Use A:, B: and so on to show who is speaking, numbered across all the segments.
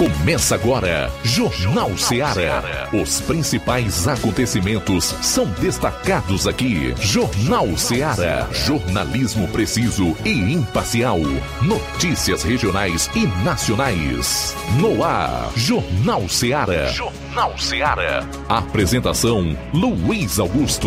A: Começa agora, Jornal Ceará. Os principais acontecimentos são destacados aqui. Jornal Ceará. Jornalismo preciso e imparcial. Notícias regionais e nacionais. No ar, Jornal Ceará. Jornal Ceará. Apresentação, Luiz Augusto.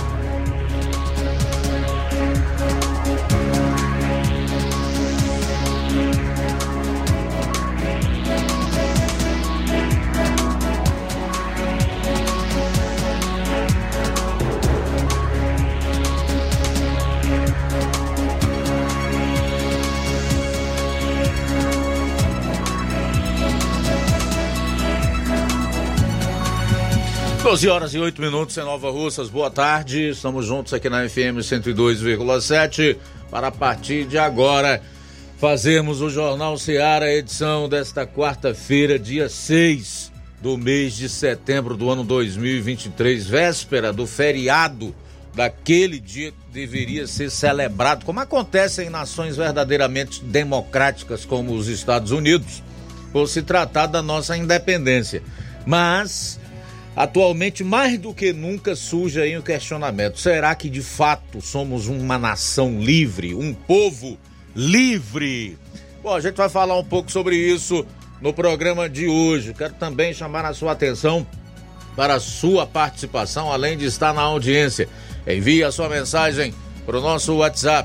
B: 12 horas e 8 minutos em Nova Russas, boa tarde, estamos juntos aqui na FM 102,7 para a partir de agora fazermos o Jornal Ceará, edição desta quarta-feira, dia 6 do mês de setembro do ano 2023, véspera do feriado daquele dia que deveria ser celebrado, como acontece em nações verdadeiramente democráticas como os Estados Unidos, por se tratar da nossa independência, mas atualmente, mais do que nunca, surge aí um questionamento. Será que, de fato, somos uma nação livre? Um povo livre? Bom, a gente vai falar um pouco sobre isso no programa de hoje. Quero também chamar a sua atenção para a sua participação, além de estar na audiência. Envie a sua mensagem para o nosso WhatsApp,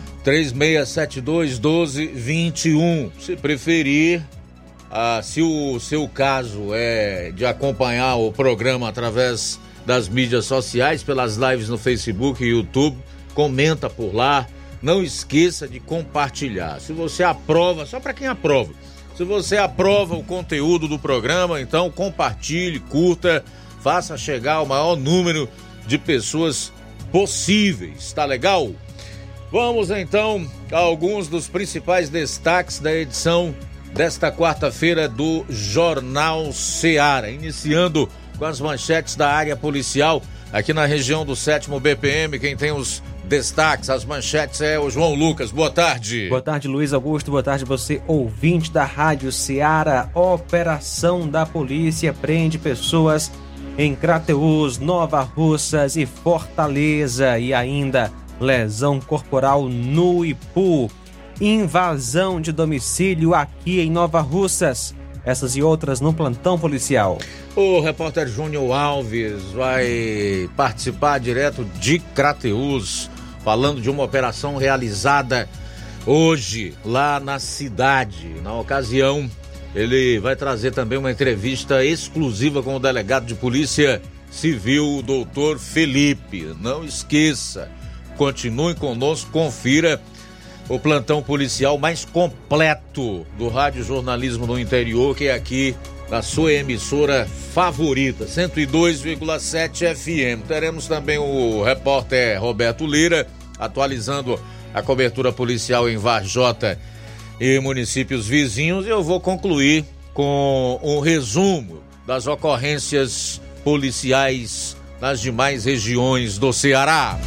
B: 3672-1221. Se preferir, se o seu caso é de acompanhar o programa através das mídias sociais, pelas lives no Facebook e YouTube, comenta por lá, não esqueça de compartilhar. Se você aprova, só para quem aprova, se você aprova o conteúdo do programa, então compartilhe, curta, faça chegar o maior número de pessoas possíveis, tá legal? Vamos então a alguns dos principais destaques da edição desta quarta-feira do Jornal Ceará, iniciando com as manchetes da área policial aqui na região do 7º BPM. Quem tem os destaques, as manchetes é o João Lucas. Boa tarde.
C: Boa tarde, Luiz Augusto. Boa tarde, você ouvinte da Rádio Ceará. Operação da polícia prende pessoas em Crateús, Nova Russas e Fortaleza, e ainda lesão corporal no Ipu. Invasão de domicílio aqui em Nova Russas. Essas e outras no plantão policial.
B: O repórter Júnior Alves vai participar direto de Crateús, falando de uma operação realizada hoje lá na cidade. Na ocasião, ele vai trazer também uma entrevista exclusiva com o delegado de Polícia Civil, o doutor Felipe. Não esqueça, continue conosco, confira o plantão policial mais completo do rádio jornalismo do interior, que é aqui na sua emissora favorita, 102,7 FM. Teremos também o repórter Roberto Lira atualizando a cobertura policial em Varjota e municípios vizinhos. E eu vou concluir com um resumo das ocorrências policiais nas demais regiões do Ceará.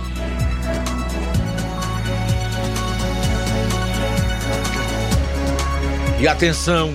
B: E atenção,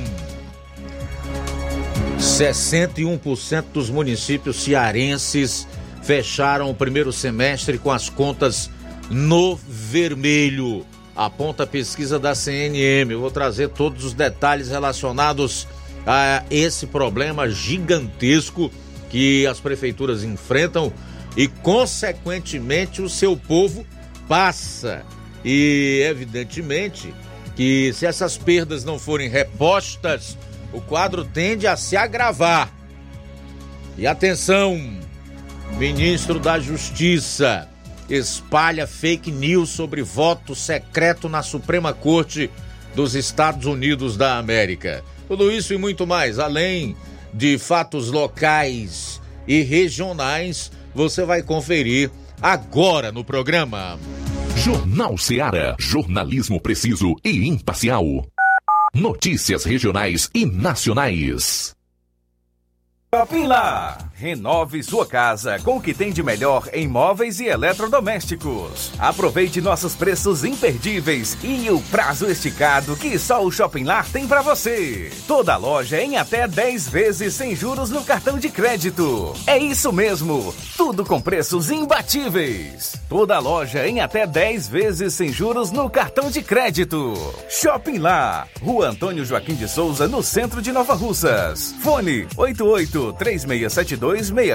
B: 61% dos municípios cearenses fecharam o primeiro semestre com as contas no vermelho, aponta a pesquisa da CNM. Eu vou trazer todos os detalhes relacionados a esse problema gigantesco que as prefeituras enfrentam e, consequentemente, o seu povo passa. E, evidentemente, que se essas perdas não forem repostas, o quadro tende a se agravar. E atenção, ministro da Justiça espalha fake news sobre voto secreto na Suprema Corte dos Estados Unidos da América. Tudo isso e muito mais, além de fatos locais e regionais, você vai conferir agora no programa.
A: Jornal Ceará, jornalismo preciso e imparcial. Notícias regionais e nacionais.
D: Shopping Lá. Renove sua casa com o que tem de melhor em móveis e eletrodomésticos. Aproveite nossos preços imperdíveis e o prazo esticado que só o Shopping Lá tem para você. Toda loja em até 10 vezes sem juros no cartão de crédito. É isso mesmo, tudo com preços imbatíveis. Toda loja em até 10 vezes sem juros no cartão de crédito. Shopping Lá, Rua Antônio Joaquim de Souza, no centro de Nova Russas. Fone 88-3672-6464.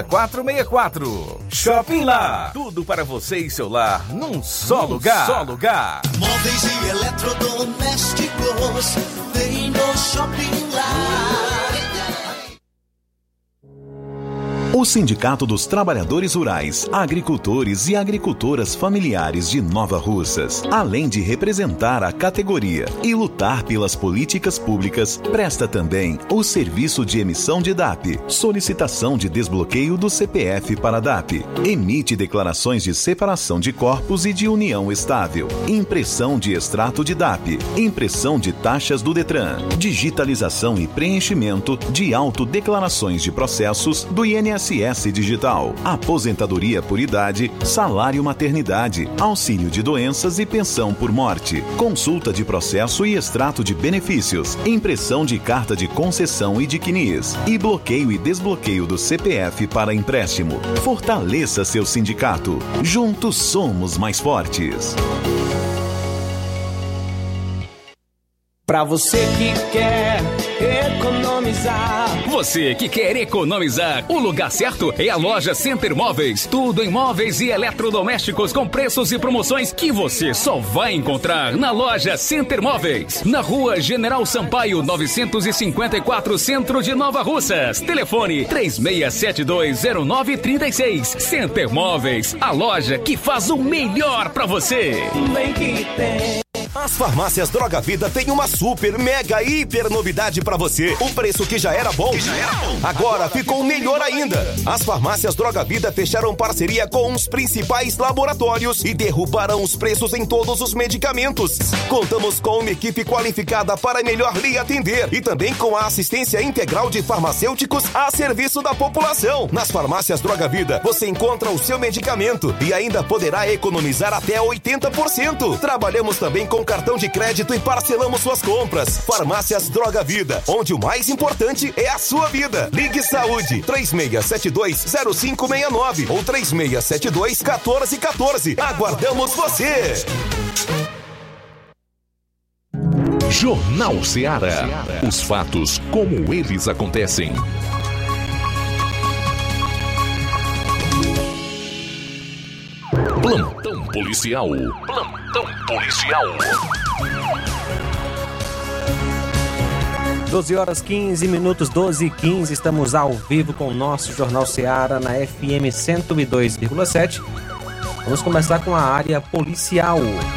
D: Shopping Lá, tudo para você e seu lar num só lugar.
E: Móveis e eletrodomésticos, vem no Shopping Lá.
F: O Sindicato dos Trabalhadores Rurais, Agricultores e Agricultoras Familiares de Nova Russas, além de representar a categoria e lutar pelas políticas públicas, presta também o serviço de emissão de DAP, solicitação de desbloqueio do CPF para DAP, emite declarações de separação de corpos e de união estável, impressão de extrato de DAP, impressão de taxas do Detran, digitalização e preenchimento de autodeclarações de processos do INSS Digital, aposentadoria por idade, salário maternidade, auxílio de doenças e pensão por morte, consulta de processo e extrato de benefícios, impressão de carta de concessão e de CNIS, e bloqueio e desbloqueio do CPF para empréstimo. Fortaleça seu sindicato. Juntos somos mais fortes.
G: Pra você que quer economizar.
H: Você que quer economizar, o lugar certo é a loja Center Móveis. Tudo em móveis e eletrodomésticos com preços e promoções que você só vai encontrar na loja Center Móveis. Na Rua General Sampaio, 954, Centro de Nova Russas. Telefone 36720936. Center Móveis, a loja que faz o melhor pra você.
G: Bem que tem.
I: As farmácias Droga Vida têm uma super, mega, hiper novidade pra você. Um preço que já era bom, agora ficou melhor ainda. As farmácias Droga Vida fecharam parceria com os principais laboratórios e derrubaram os preços em todos os medicamentos. Contamos com uma equipe qualificada para melhor lhe atender e também com a assistência integral de farmacêuticos a serviço da população. Nas farmácias Droga Vida, você encontra o seu medicamento e ainda poderá economizar até 80%. Trabalhamos também com cartão de crédito e parcelamos suas compras. Farmácias Droga Vida, onde o mais importante é a sua vida. Ligue Saúde 36720569 ou 36721414. Aguardamos você.
A: Jornal Ceará. Os fatos como eles acontecem. Plantão policial. Plantão policial.
C: 12h15, 12h15, estamos ao vivo com o nosso Jornal Ceará na FM 102,7. Vamos começar com a área policial.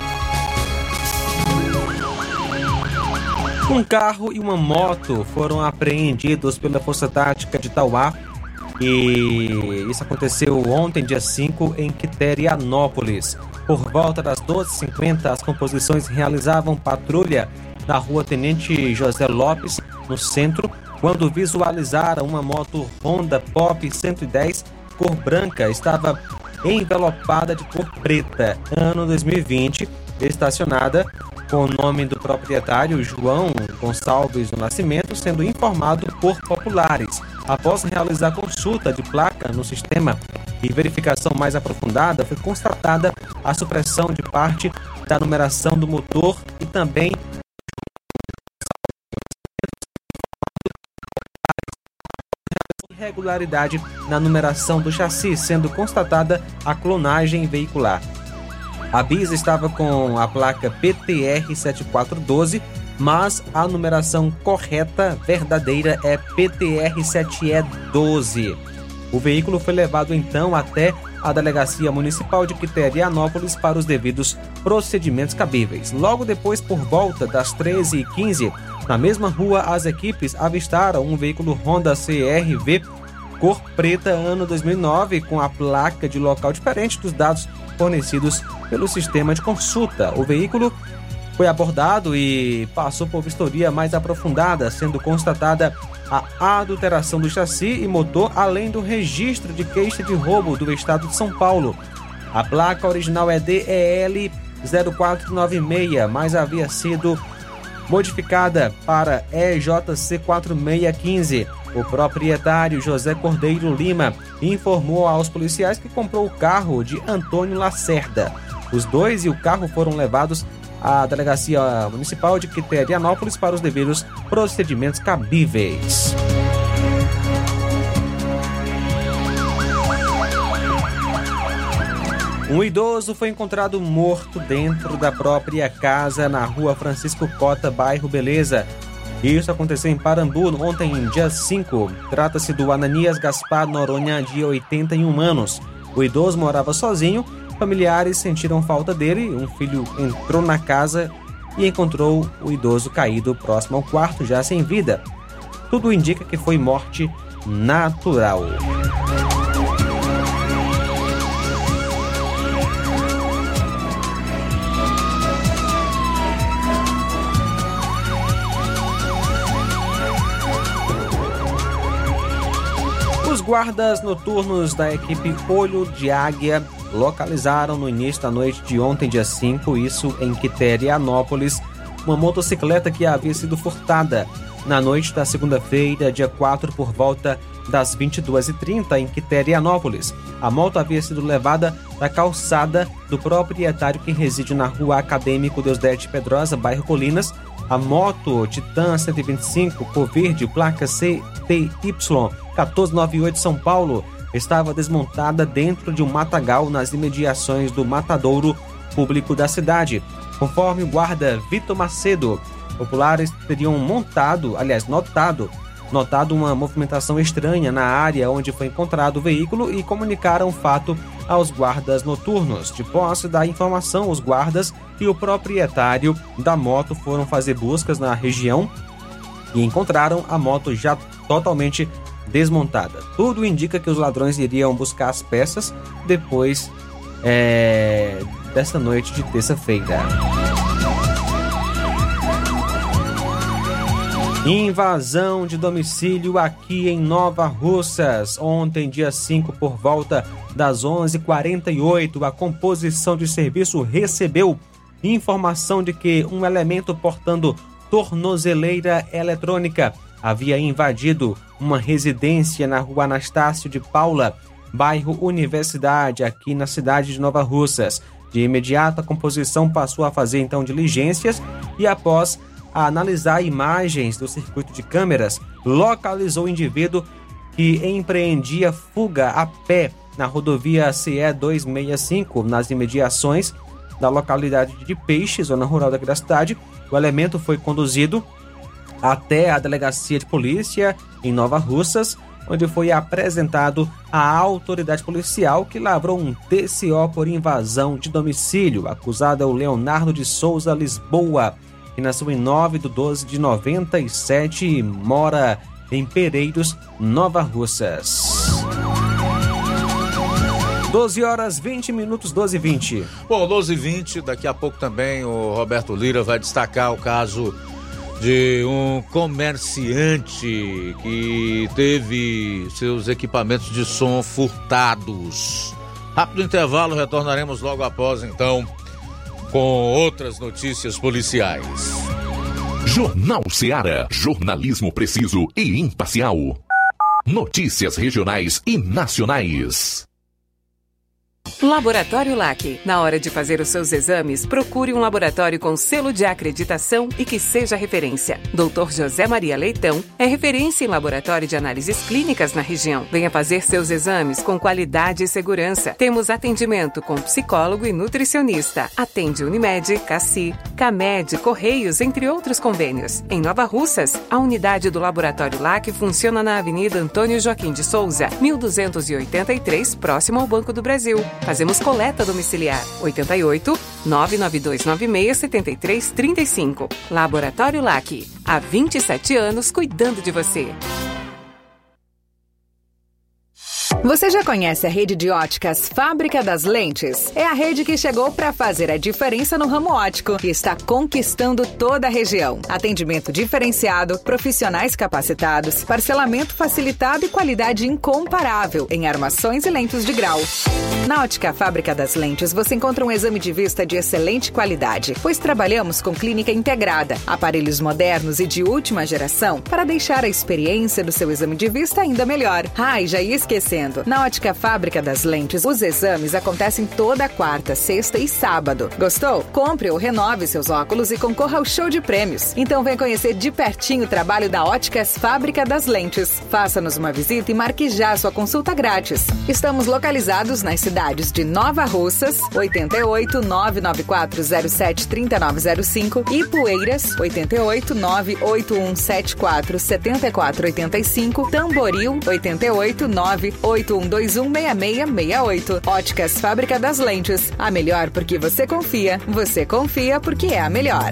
C: Um carro e uma moto foram apreendidos pela Força Tática de Tauá. E isso aconteceu ontem, dia 5, em Quiterianópolis. Por volta das 12h50, as composições realizavam patrulha na rua Tenente José Lopes, no centro, quando visualizaram uma moto Honda Pop 110, cor branca, estava envelopada de cor preta, ano 2020, estacionada com o nome do proprietário, João Gonçalves do Nascimento, sendo informado por populares. Após realizar consulta de placa no sistema e verificação mais aprofundada, foi constatada a supressão de parte da numeração do motor e também irregularidade na numeração do chassi, sendo constatada a clonagem veicular. A bis estava com a placa PTR 7412, mas a numeração correta, verdadeira, é PTR 7E12. O veículo foi levado então até a Delegacia Municipal de Quiterianópolis para os devidos procedimentos cabíveis. Logo depois, por volta das 13h15, na mesma rua, as equipes avistaram um veículo Honda CR-V cor preta, ano 2009, com a placa de local diferente dos dados fornecidos pelo sistema de consulta. O veículo foi abordado e passou por vistoria mais aprofundada, sendo constatada a adulteração do chassi e motor, além do registro de queixa de roubo do estado de São Paulo. A placa original é DEL 0496, mas havia sido modificada para EJC 4615. O proprietário José Cordeiro Lima informou aos policiais que comprou o carro de Antônio Lacerda. Os dois e o carro foram levados à Delegacia Municipal de Quiterianópolis para os devidos procedimentos cabíveis. Um idoso foi encontrado morto dentro da própria casa na rua Francisco Cota, bairro Beleza. Isso aconteceu em Parambu ontem, dia 5. Trata-se do Ananias Gaspar Noronha, de 81 anos. O idoso morava sozinho, familiares sentiram falta dele, um filho entrou na casa e encontrou o idoso caído próximo ao quarto, já sem vida. Tudo indica que foi morte natural. Os guardas noturnos da equipe Olho de Águia localizaram no início da noite de ontem, dia 5, isso em Quiterianópolis, uma motocicleta que havia sido furtada na noite da segunda-feira, dia 4, por volta das 22h30, em Quiterianópolis. A moto havia sido levada da calçada do proprietário que reside na rua Acadêmico Deusdete Pedrosa, bairro Colinas. A moto Titan 125, cor verde, placa CTY 1498 São Paulo, estava desmontada dentro de um matagal nas imediações do matadouro público da cidade. Conforme o guarda Vitor Macedo, populares teriam notado uma movimentação estranha na área onde foi encontrado o veículo e comunicaram o fato aos guardas noturnos. De posse da informação, os guardas e o proprietário da moto foram fazer buscas na região e encontraram a moto já totalmente desmontada. Tudo indica que os ladrões iriam buscar as peças depois dessa noite de terça-feira. Invasão de domicílio aqui em Nova Russas. Ontem, dia 5, por volta das 11h48, a composição de serviço recebeu informação de que um elemento portando tornozeleira eletrônica havia invadido uma residência na rua Anastácio de Paula, bairro Universidade, aqui na cidade de Nova Russas. De imediato, a composição passou a fazer então diligências e, após analisar imagens do circuito de câmeras, localizou o indivíduo que empreendia fuga a pé na rodovia CE 265, nas imediações da localidade de Peixe, zona rural daqui da cidade. O elemento foi conduzido até a delegacia de polícia em Nova Russas, onde foi apresentado à autoridade policial, que lavrou um TCO por invasão de domicílio. O acusado é o Leonardo de Souza Lisboa, que nasceu em 9/12/97 e mora em Pereiros, Nova Russas. 12h20, 12h20.
B: Bom, 12h20, daqui a pouco também o Roberto Lira vai destacar o caso de um comerciante que teve seus equipamentos de som furtados. Rápido intervalo, retornaremos logo após, então, com outras notícias policiais.
A: Jornal Ceará, jornalismo preciso e imparcial. Notícias regionais e nacionais.
J: Laboratório LAC. Na hora de fazer os seus exames, procure um laboratório com selo de acreditação e que seja referência. Dr. José Maria Leitão é referência em laboratório de análises clínicas na região. Venha fazer seus exames com qualidade e segurança. Temos atendimento com psicólogo e nutricionista. Atende Unimed, Cassi, Camed, Correios, entre outros convênios. Em Nova Russas, a unidade do Laboratório LAC funciona na Avenida Antônio Joaquim de Souza, 1283, próximo ao Banco do Brasil. Fazemos coleta domiciliar. 88 99296 7335. Laboratório LAC. Há 27 anos cuidando de você.
K: Você já conhece a rede de óticas Fábrica das Lentes? É a rede que chegou para fazer a diferença no ramo óptico e está conquistando toda a região. Atendimento diferenciado, profissionais capacitados, parcelamento facilitado e qualidade incomparável em armações e lentes de grau. Na Ótica Fábrica das Lentes você encontra um exame de vista de excelente qualidade, pois trabalhamos com clínica integrada, aparelhos modernos e de última geração para deixar a experiência do seu exame de vista ainda melhor. E já ia esquecendo. Na Ótica Fábrica das Lentes, os exames acontecem toda quarta, sexta e sábado. Gostou? Compre ou renove seus óculos e concorra ao show de prêmios. Então vem conhecer de pertinho o trabalho da Óticas Fábrica das Lentes. Faça-nos uma visita e marque já sua consulta grátis. Estamos localizados nas cidades de Nova Russas, 88 99407 3905 e Poeiras, 88 98174 7485, Tamboril, 88 981216668. Óticas Fábrica das Lentes. A melhor porque você confia porque é a melhor.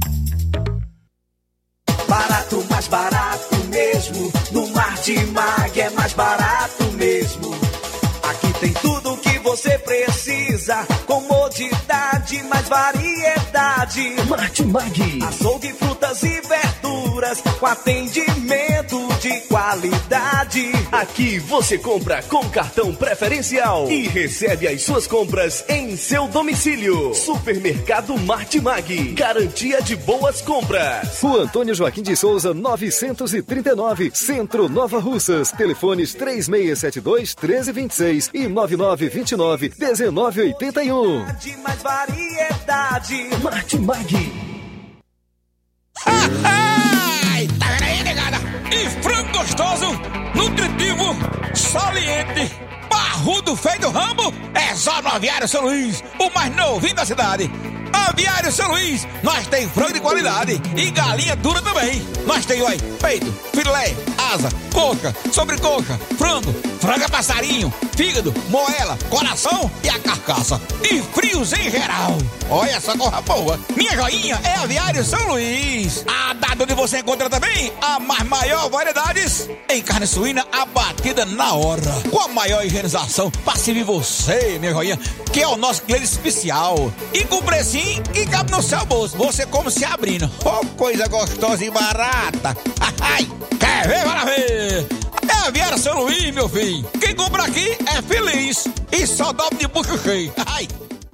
E: Barato, mais barato mesmo. No Martimag é mais barato mesmo. Aqui tem tudo o que você precisa. Comodidade, mais variedade. Martimag. Açougue, frutas e verduras com atendimento de qualidade.
I: Aqui você compra com cartão preferencial e recebe as suas compras em seu domicílio. Supermercado Martimag. Garantia de boas compras.
L: Rua Antônio Joaquim de Souza, 939, Centro, Nova Russas. Telefones 3672-1326 e 9929-1981.
E: Mais variedade.
I: Martimag.
M: Ai, tá vendo aí, negada? E frango gostoso, nutritivo, saliente, barrudo, feio do rambo, é só no Aviário São Luís, o mais novinho da cidade. Aviário São Luís, nós tem frango de qualidade e galinha dura também. Nós tem, olha, peito, filé, asa, coxa, sobrecoxa, frango, franga passarinho, fígado, moela, coração e a carcaça. E frios em geral. Olha essa corra boa. Minha joinha é Aviário São Luís. A data onde você encontra também a maior variedades em carne suína abatida na hora. Com a maior higienização para servir você, minha joinha, que é o nosso cliente especial. E com precinho que cabe no seu bolso. Você come se abrindo. Oh, coisa gostosa e barata. Ai, quer ver? Bora ver. É Aviário São Luís, meu filho. Quem compra aqui é feliz. E só dobra de bucho cheio. Ai.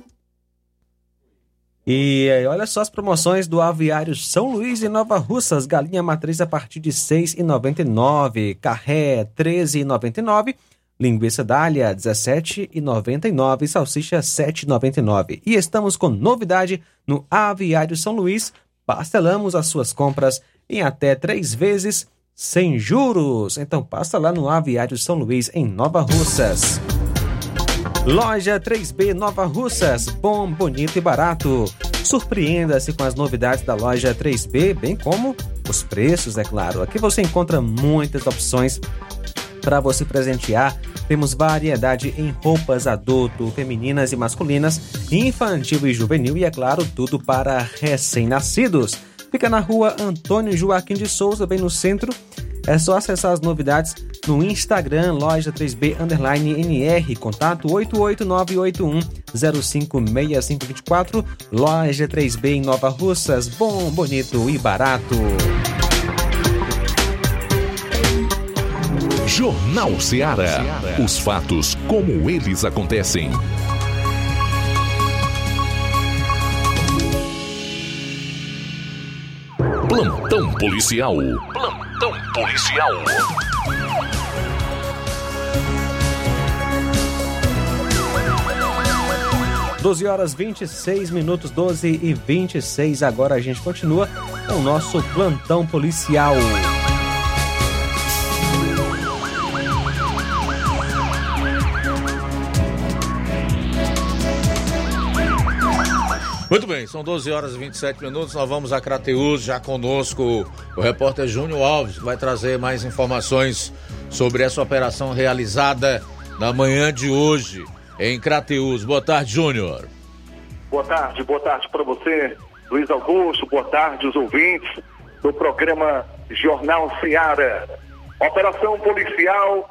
C: E olha só as promoções do Aviário São Luís em Nova Russas. Galinha matriz a partir de R$ 6,99. Carré, R$ 13,99. Linguiça dália, R$ 17,99. Salsicha, R$ 7,99. E estamos com novidade no Aviário São Luís. Parcelamos as suas compras em até 3 vezes sem juros. Então passa lá no Aviário São Luís, em Nova Russas. Loja 3B Nova Russas, bom, bonito e barato. Surpreenda-se com as novidades da Loja 3B, bem como os preços, é claro. Aqui você encontra muitas opções para você presentear. Temos variedade em roupas adulto, femininas e masculinas, infantil e juvenil e, é claro, tudo para recém-nascidos. Fica na Rua Antônio Joaquim de Souza, bem no centro. É só acessar as novidades no Instagram, Loja 3B_NR, contato 88981056524, Loja 3B em Nova Russas, bom, bonito e barato.
A: Jornal Ceará. Os fatos como eles acontecem. Plantão policial. Plantão policial.
C: Doze horas 26 minutos, 12h26. Agora a gente continua com o nosso plantão policial.
B: Muito bem, são 12 horas e 27 minutos, nós vamos a Crateús, já conosco o repórter Júnior Alves, que vai trazer mais informações sobre essa operação realizada na manhã de hoje em Crateús. Boa tarde, Júnior.
N: Boa tarde para você, Luiz Augusto, boa tarde os ouvintes do programa Jornal Ceará. Operação policial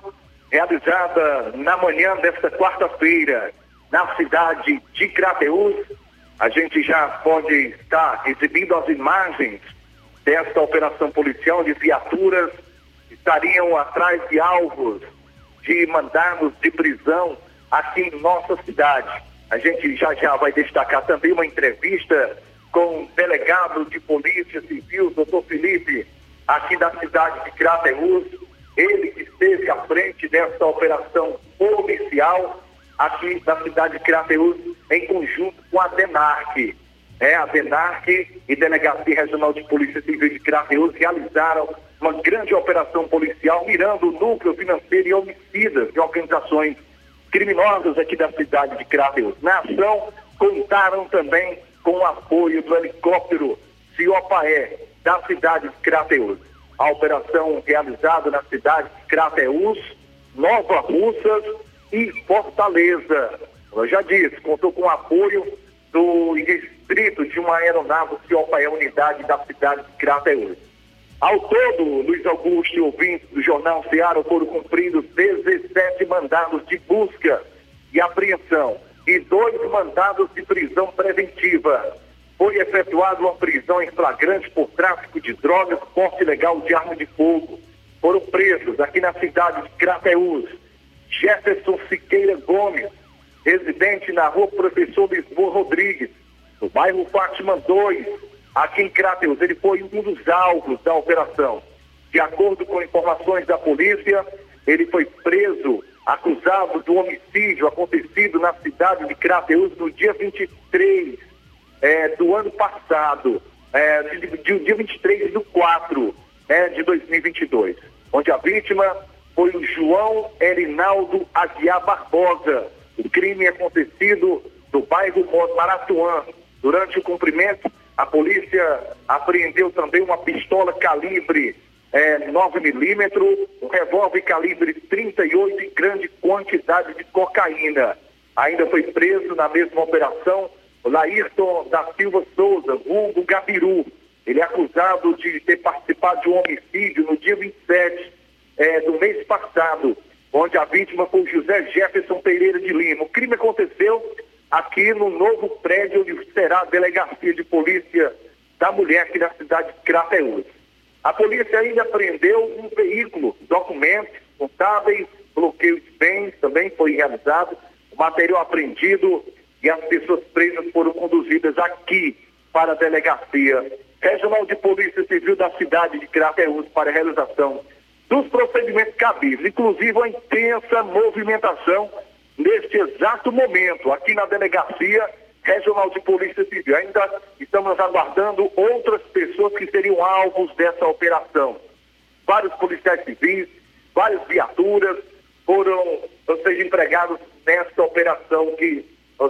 N: realizada na manhã desta quarta-feira na cidade de Crateús. A gente já pode estar exibindo as imagens desta operação policial, de viaturas estariam atrás de alvos de mandados de prisão aqui em nossa cidade. A gente já vai destacar também uma entrevista com o delegado de Polícia Civil, doutor Felipe, aqui da cidade de Crateús. Ele que esteve à frente dessa operação policial aqui da cidade de Crateús, em conjunto com a DENARC. A DENARC e Delegacia Regional de Polícia Civil de Crateús realizaram uma grande operação policial mirando o núcleo financeiro e homicidas de organizações criminosas aqui da cidade de Crateús. Na ação, contaram também com o apoio do helicóptero Ciopaé da cidade de Crateús. A operação realizada na cidade de Crateús, Nova Russas e Fortaleza. Eu já disse, contou com o apoio do distrito de uma aeronave Ciopaé, unidade da cidade de Crateús. Ao todo, Luiz Augusto e ouvintes do Jornal Ceará, foram cumpridos 17 mandados de busca e apreensão e 2 mandados de prisão preventiva. Foi efetuada uma prisão em flagrante por tráfico de drogas, porte ilegal de arma de fogo. Foram presos aqui na cidade de Crateús Jefferson Siqueira Gomes, residente na rua Professor Lisboa Rodrigues, no bairro Fátima 2, aqui em Crateús. Ele foi um dos alvos da operação. De acordo com informações da polícia, ele foi preso, acusado do homicídio acontecido na cidade de Crateús no dia 23 do ano passado, dia 23 do 4 de 2022, onde a vítima foi o João Erinaldo Aguiar Barbosa. O crime acontecido no bairro Maratuã. Durante o cumprimento, a polícia apreendeu também uma pistola calibre 9mm, um revólver calibre 38 e grande quantidade de cocaína. Ainda foi preso na mesma operação o Laírton da Silva Souza, vulgo Gabiru. Ele é acusado de ter participado de um homicídio no dia 27 do mês passado, onde a vítima foi o José Jefferson Pereira de Lima. O crime aconteceu aqui no novo prédio onde será a Delegacia de Polícia da Mulher aqui na cidade de Crateús. A polícia ainda apreendeu um veículo, documentos contábeis, bloqueio de bens também foi realizado, o material apreendido e as pessoas presas foram conduzidas aqui para a Delegacia Regional de Polícia Civil da cidade de Crateús para a realização dos procedimentos cabíveis, inclusive uma intensa movimentação neste exato momento aqui na Delegacia Regional de Polícia Civil. Ainda estamos aguardando outras pessoas que seriam alvos dessa operação. Vários policiais civis, várias viaturas foram, empregados nessa operação que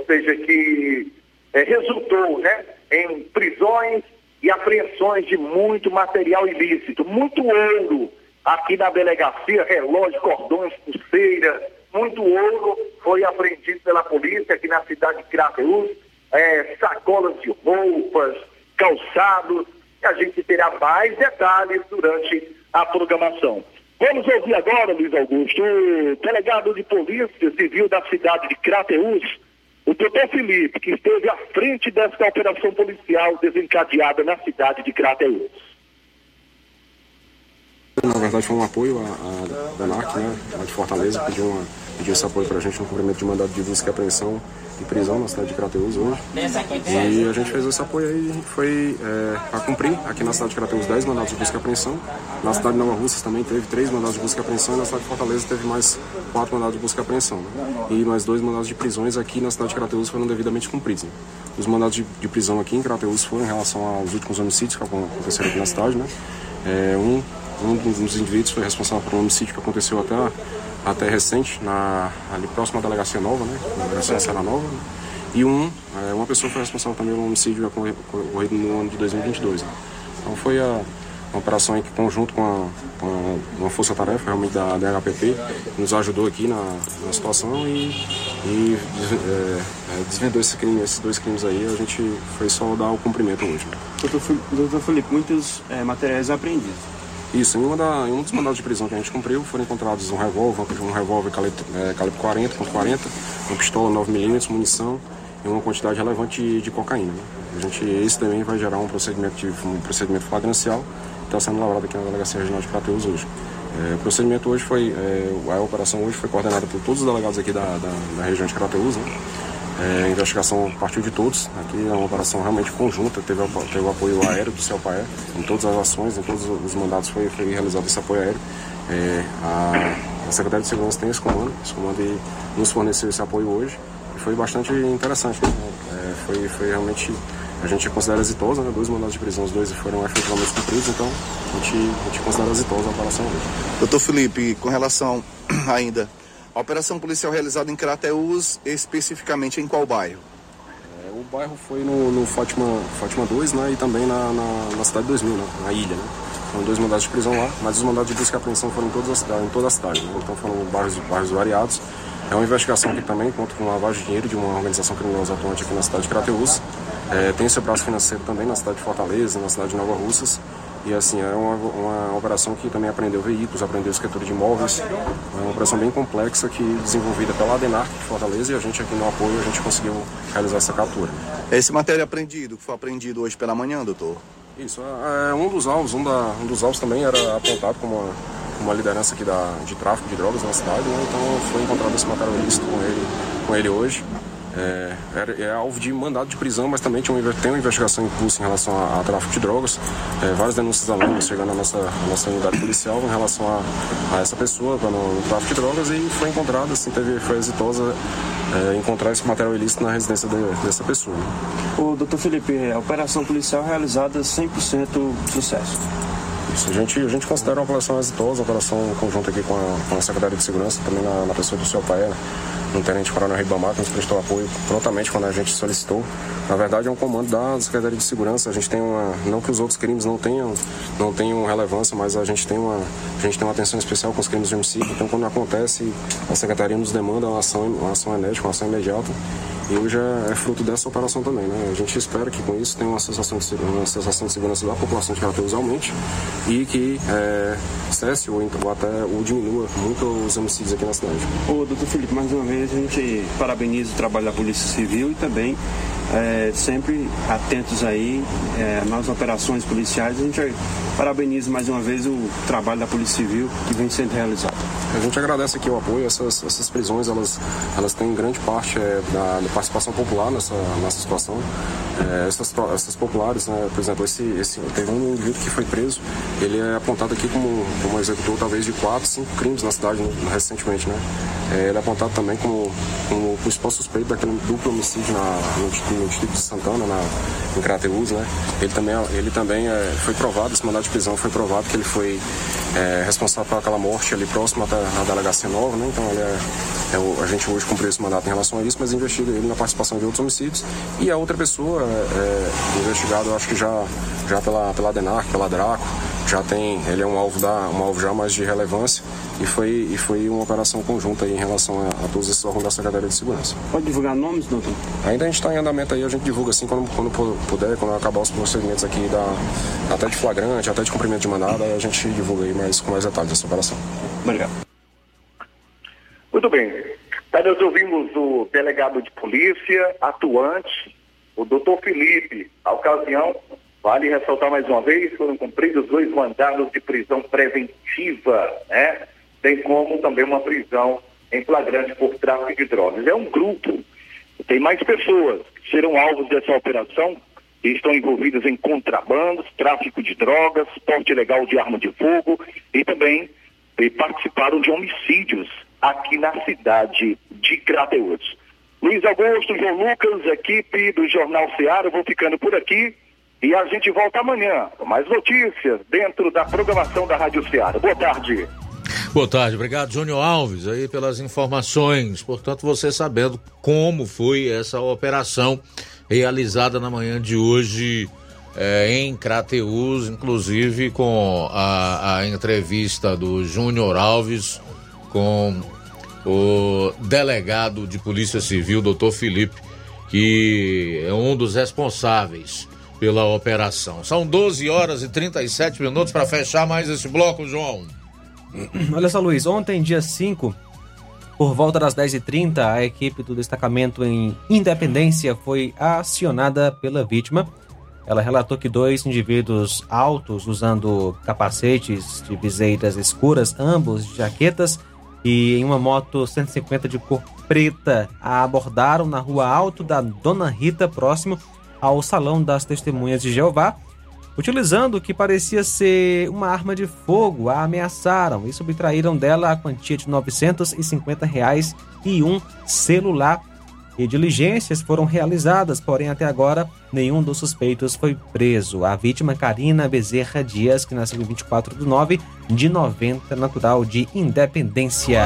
N: resultou, em prisões e apreensões de muito material ilícito, muito ouro aqui na delegacia, relógio, cordões, pulseiras, muito ouro foi apreendido pela polícia aqui na cidade de Crateús, sacolas de roupas, calçados, e a gente terá mais detalhes durante a programação. Vamos ouvir agora, Luiz Augusto, o delegado de Polícia Civil da cidade de Crateús, o doutor Felipe, que esteve à frente desta operação policial desencadeada na cidade de Crateús.
O: Na verdade foi um apoio à DENARC, lá de Fortaleza, pediu esse apoio para a gente no cumprimento de mandado de busca e apreensão e prisão na cidade de Crateús hoje. E a gente fez esse apoio aí e a gente foi a cumprir aqui na cidade de Crateús 10 mandados de busca e apreensão. Na cidade de Nova Russas também teve 3 mandados de busca e apreensão e na cidade de Fortaleza teve mais 4 mandados de busca e apreensão. E mais 2 mandados de prisões aqui na cidade de Crateús foram devidamente cumpridos. Os mandados de prisão aqui em Crateús foram em relação aos últimos homicídios que aconteceram aqui na cidade, Um dos indivíduos foi responsável por um homicídio que aconteceu até recente, ali próximo à Delegacia Nova, na Delegacia Serra Nova. E uma pessoa foi responsável também por um homicídio ocorrido no ano de 2022. Então foi uma operação em conjunto com uma força-tarefa realmente da DHPP, que nos ajudou aqui na situação e desvendou esses 2 crimes aí. A gente foi só dar o cumprimento hoje.
P: Doutor Felipe, muitos materiais apreendidos.
O: Isso, em um dos mandados de prisão que a gente cumpriu, foram encontrados um revólver calibre 40, uma pistola 9mm, munição e uma quantidade relevante de cocaína. Esse também vai gerar um procedimento flagrancial, que está sendo lavrado aqui na Delegacia Regional de Crateús hoje. O procedimento hoje a operação hoje foi coordenada por todos os delegados aqui da região de Crateús, né? A investigação partiu de todos. Aqui é uma operação realmente conjunta, teve o apoio aéreo do CELPAE, em todas as ações, em todos os mandados foi realizado esse apoio aéreo. A Secretaria de Segurança tem esse comando e nos forneceu esse apoio hoje, e foi bastante interessante, né? Foi realmente, a gente considera exitosa, né? 2 mandados de prisão, os 2 foram efetivamente cumpridos, então a gente considera exitosa a operação hoje.
P: Doutor Felipe, com relação ainda a operação policial realizada em Crateús, especificamente em qual bairro?
O: O bairro foi no Fátima 2, né, e também na cidade de 2000, né, na ilha. Né. Foram 2 mandados de prisão lá, mas os mandados de busca e apreensão foram em toda a cidade. Né, então foram bairros variados. É uma investigação que também conta com lavagem de dinheiro de uma organização criminosa atuante aqui na cidade de Crateús. Tem seu braço financeiro também na cidade de Fortaleza, na cidade de Nova Russas. E assim, é uma operação que também apreendeu veículos, apreendeu escritura de imóveis. É uma operação bem complexa que desenvolvida pela ADENARC de Fortaleza, e a gente aqui no apoio, a gente conseguiu realizar essa captura.
P: Esse material apreendido, que foi apreendido hoje pela manhã, doutor?
O: Isso, um dos alvos também era apontado como uma liderança aqui de tráfico de drogas na cidade, né? Então foi encontrado esse material ilícito com ele hoje. É alvo de mandado de prisão, mas também tem uma investigação em curso em relação a tráfico de drogas. Várias denúncias anônimas chegando à nossa unidade policial em relação a essa pessoa no tráfico de drogas, e foi encontrado, assim, foi exitosa encontrar esse material ilícito na residência dessa pessoa.
Q: O doutor Felipe, a operação policial realizada 100% sucesso.
O: Isso, a gente considera uma operação exitosa, uma operação conjunta aqui com a Secretaria de Segurança, também na pessoa do CELPAE, no Tenente Coronel Ribamar, que nos prestou apoio prontamente quando a gente solicitou. Na verdade, é um comando da Secretaria de Segurança. A gente tem não que os outros crimes não tenham relevância, mas a gente tem uma atenção especial com os crimes de homicídio. Então, quando acontece, a Secretaria nos demanda uma ação enérgica, uma ação imediata. E hoje é fruto dessa operação também, né? A gente espera que com isso tenha uma sensação de segurança da população de Crateús aumente e que cesse ou até diminua muito os homicídios aqui na cidade.
Q: Doutor Felipe, mais uma vez a gente parabeniza o trabalho da Polícia Civil e também sempre atentos aí nas operações policiais. A gente parabeniza mais uma vez o trabalho da Polícia Civil que vem sendo realizado.
O: A gente agradece aqui o apoio. Essas prisões elas têm grande parte da participação popular nessa situação. Essas populares, né, por exemplo, teve um indivíduo que foi preso, ele é apontado aqui como executor talvez de 4, 5 crimes na cidade, né, recentemente, né? Ele é apontado também como principal suspeito daquele duplo homicídio no distrito de Santana, em Crateús, né? Ele também foi provado, esse mandado de prisão foi provado que ele foi responsável por aquela morte ali próximo à delegacia nova, né? Então a gente hoje cumpriu esse mandato em relação a isso, mas investiga ele na participação de outros homicídios. E a outra pessoa investigado, eu acho que já pela ADENARC, pela DRACO, ele é um alvo já mais de relevância, e foi uma operação conjunta aí em relação a todos esses órgãos da Secretaria de Segurança.
Q: Pode divulgar nomes, doutor?
O: Ainda a gente está em andamento aí, a gente divulga assim quando puder, quando acabar os procedimentos aqui, até de flagrante, até de cumprimento de mandado, aí a gente divulga aí com mais detalhes dessa operação.
Q: Obrigado.
N: Muito bem. Nós ouvimos o delegado de polícia atuante, o doutor Felipe. A ocasião, vale ressaltar mais uma vez, foram cumpridos 2 mandados de prisão preventiva, né? Bem como também uma prisão em flagrante por tráfico de drogas. É um grupo, tem mais pessoas que serão alvos dessa operação e estão envolvidas em contrabandos, tráfico de drogas, porte ilegal de arma de fogo e também participaram de homicídios aqui na cidade de Crateús. Luiz Augusto, João Lucas, equipe do Jornal Ceará, eu vou ficando por aqui e a gente volta amanhã com mais notícias dentro da programação da Rádio Ceará. Boa tarde.
B: Boa tarde, obrigado Júnior Alves aí pelas informações. Portanto, você sabendo como foi essa operação realizada na manhã de hoje em Crateús, inclusive com a entrevista do Júnior Alves com o delegado de Polícia Civil, doutor Felipe, que é um dos responsáveis pela operação. São 12 horas e 37 minutos para fechar mais esse bloco, João.
C: Olha só, Luiz, ontem, dia 5, por volta das 10h30, a equipe do destacamento em Independência foi acionada pela vítima. Ela relatou que 2 indivíduos altos, usando capacetes de viseiras escuras, ambos de jaquetas, e em uma moto 150 de cor preta, a abordaram na rua Alto da Dona Rita, próximo ao Salão das Testemunhas de Jeová. Utilizando o que parecia ser uma arma de fogo, a ameaçaram e subtraíram dela a quantia de R$ 950 e um celular. E diligências foram realizadas, porém até agora nenhum dos suspeitos foi preso. A vítima, Karina Bezerra Dias, que nasceu em 24 de 9 de 90, natural de Independência.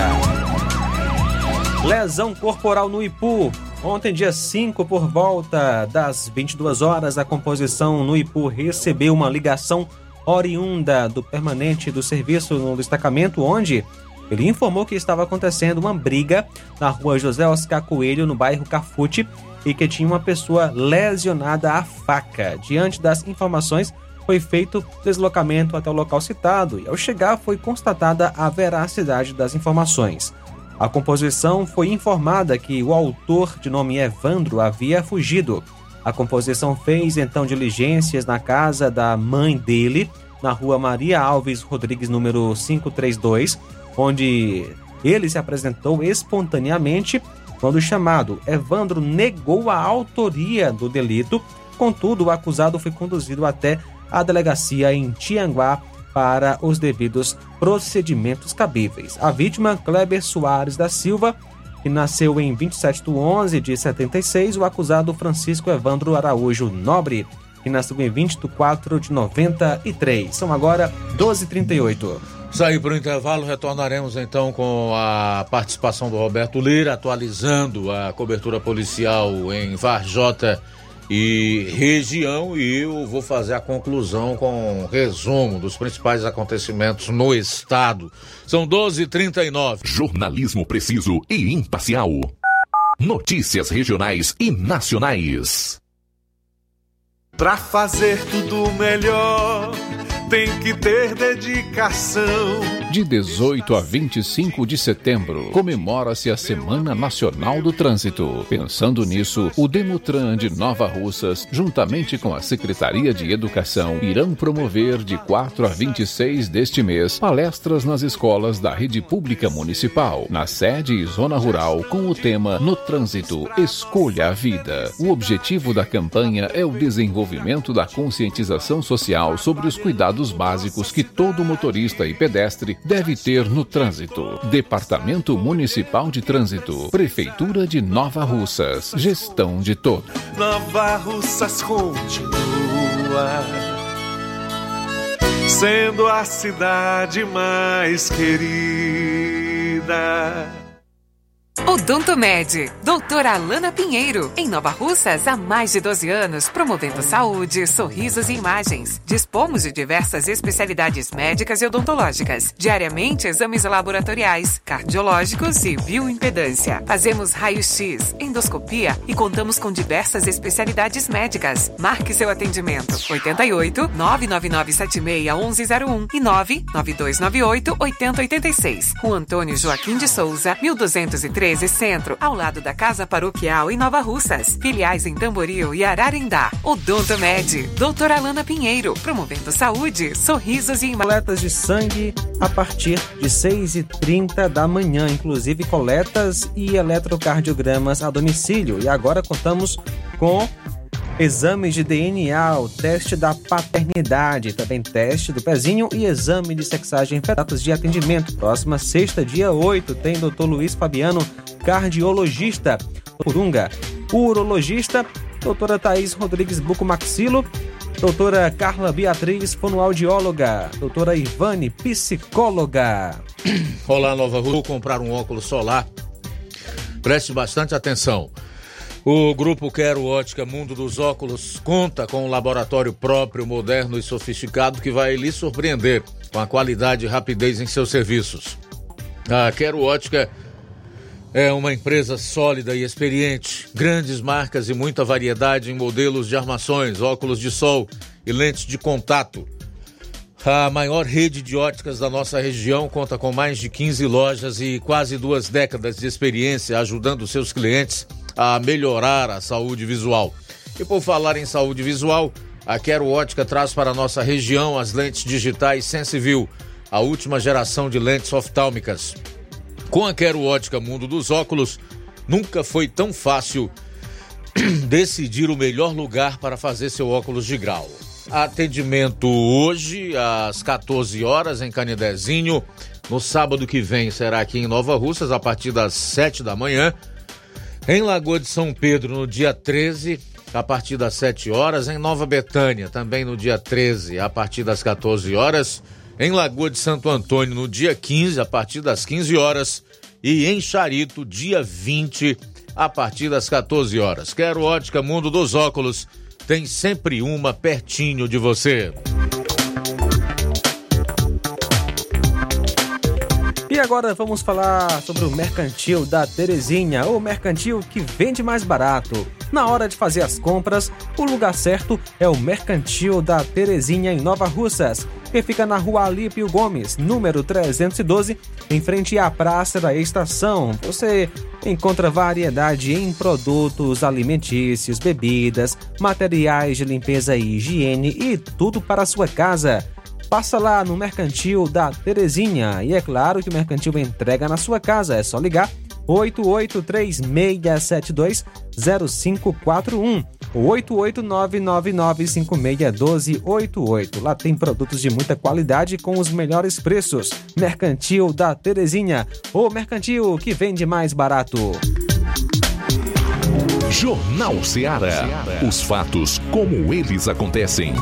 C: Lesão corporal no Ipu. Ontem, dia 5, por volta das 22 horas, a composição no Ipu recebeu uma ligação oriunda do permanente do serviço no destacamento, onde ele informou que estava acontecendo uma briga na rua José Oscar Coelho, no bairro Cafute, e que tinha uma pessoa lesionada à faca. Diante das informações, foi feito deslocamento até o local citado e, ao chegar, foi constatada a veracidade das informações. A composição foi informada que o autor, de nome Evandro, havia fugido. A composição fez, então, diligências na casa da mãe dele, na rua Maria Alves Rodrigues, número 532, onde ele se apresentou espontaneamente. Quando chamado, Evandro negou a autoria do delito. Contudo, o acusado foi conduzido até a delegacia em Tianguá para os devidos procedimentos cabíveis. A vítima, Kleber Soares da Silva, que nasceu em 27/11 de 76, o acusado, Francisco Evandro Araújo Nobre, que nasceu em 24 de 93. São agora 12h38.
B: Sair para o intervalo, retornaremos então com a participação do Roberto Lira, atualizando a cobertura policial em Varjota e região, e eu vou fazer a conclusão com um resumo dos principais acontecimentos no estado. São 12h39.
A: Jornalismo preciso e imparcial. Notícias regionais e nacionais.
R: Pra fazer tudo melhor, tem que ter dedicação.
S: De 18 a 25 de setembro, comemora-se a Semana Nacional do Trânsito. Pensando nisso, o Demutran de Nova Russas, juntamente com a Secretaria de Educação, irão promover de 4 a 26 deste mês palestras nas escolas da rede pública municipal, na sede e zona rural, com o tema No Trânsito, Escolha a Vida. O objetivo da campanha é o desenvolvimento da conscientização social sobre os cuidados básicos que todo motorista e pedestre deve ter no trânsito. Departamento Municipal de Trânsito, Prefeitura de Nova Russas, gestão de todos.
R: Nova Russas continua sendo a cidade mais querida.
J: Odontomed, doutora Alana Pinheiro, em Nova Russas há mais de 12 anos, promovendo saúde, sorrisos e imagens. Dispomos de diversas especialidades médicas e odontológicas. Diariamente, exames laboratoriais, cardiológicos e bioimpedância. Fazemos raio-x, endoscopia e contamos com diversas especialidades médicas. Marque seu atendimento. 88 999 76 1101 e 99298 8086. Rua Antônio Joaquim de Souza, 1213 Centro, ao lado da Casa Paroquial em Nova Russas. Filiais em Tamboril e Ararendá. Odontomed, doutora Alana Pinheiro, promovendo saúde, sorrisos e
C: coletas de sangue a partir de 6h30 da manhã, inclusive coletas e eletrocardiogramas a domicílio. E agora contamos com exames de DNA, o teste da paternidade, também teste do pezinho e exame de sexagem fetal. Datas de atendimento. Próxima sexta, dia 8, tem Dr. Luiz Fabiano, cardiologista. Urunga, urologista. Doutora Thaís Rodrigues Bucomaxilo. Doutora Carla Beatriz, fonoaudióloga. Doutora Ivane, psicóloga.
B: Olá, Nova Rua. Vou comprar um óculos solar. Preste bastante atenção. O Grupo Quero Ótica Mundo dos Óculos conta com um laboratório próprio, moderno e sofisticado que vai lhe surpreender com a qualidade e rapidez em seus serviços. A Quero Ótica É uma empresa sólida e experiente, grandes marcas e muita variedade em modelos de armações, óculos de sol e lentes de contato. A maior rede de óticas da nossa região conta com mais de 15 lojas e quase 2 décadas de experiência ajudando seus clientes a melhorar a saúde visual. E por falar em saúde visual, a Quero Ótica traz para a nossa região as lentes digitais Sensiview, a última geração de lentes oftálmicas. Com a Quero Ótica Mundo dos Óculos, nunca foi tão fácil decidir o melhor lugar para fazer seu óculos de grau. Atendimento hoje às 14 horas em Canidezinho. No sábado que vem será aqui em Nova Russas a partir das 7 da manhã. Em Lagoa de São Pedro no dia 13, a partir das 7 horas. Em Nova Betânia também no dia 13, a partir das 14 horas. Em Lagoa de Santo Antônio no dia 15, a partir das 15 horas. E em Charito, dia 20, a partir das 14 horas. Quero Ótica Mundo dos Óculos. Tem sempre uma pertinho de você.
C: E agora vamos falar sobre o Mercantil da Terezinha, o mercantil que vende mais barato. Na hora de fazer as compras, o lugar certo é o Mercantil da Terezinha em Nova Russas, que fica na Rua Alípio Gomes, número 312, em frente à Praça da Estação. Você encontra variedade em produtos alimentícios, bebidas, materiais de limpeza e higiene e tudo para a sua casa. Passa lá no Mercantil da Terezinha e é claro que o Mercantil entrega na sua casa. É só ligar 8836720541 ou 88999561288. Lá tem produtos de muita qualidade com os melhores preços. Mercantil da Terezinha, o mercantil que vende mais barato.
A: Jornal Ceará. Os fatos como eles acontecem.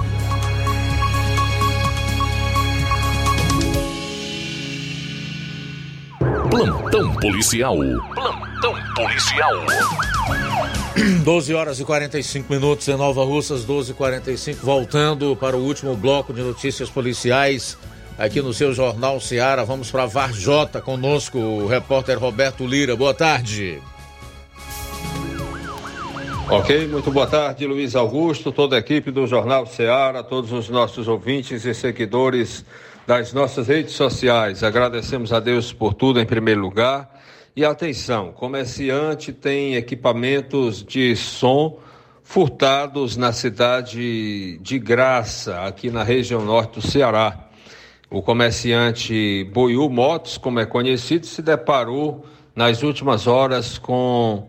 A: Plantão policial. Plantão policial.
B: 12 horas e 45 minutos em Nova Russas, 12h45, voltando para o último bloco de notícias policiais aqui no seu Jornal Ceará. Vamos para Varjota, conosco o repórter Roberto Lira. Boa tarde.
T: Ok, muito boa tarde, Luiz Augusto, toda a equipe do Jornal Ceará, todos os nossos ouvintes e seguidores das nossas redes sociais. Agradecemos a Deus por tudo em primeiro lugar. E atenção, comerciante tem equipamentos de som furtados na cidade de Graça, aqui na região norte do Ceará. O comerciante Boiú Motos, como é conhecido, se deparou nas últimas horas com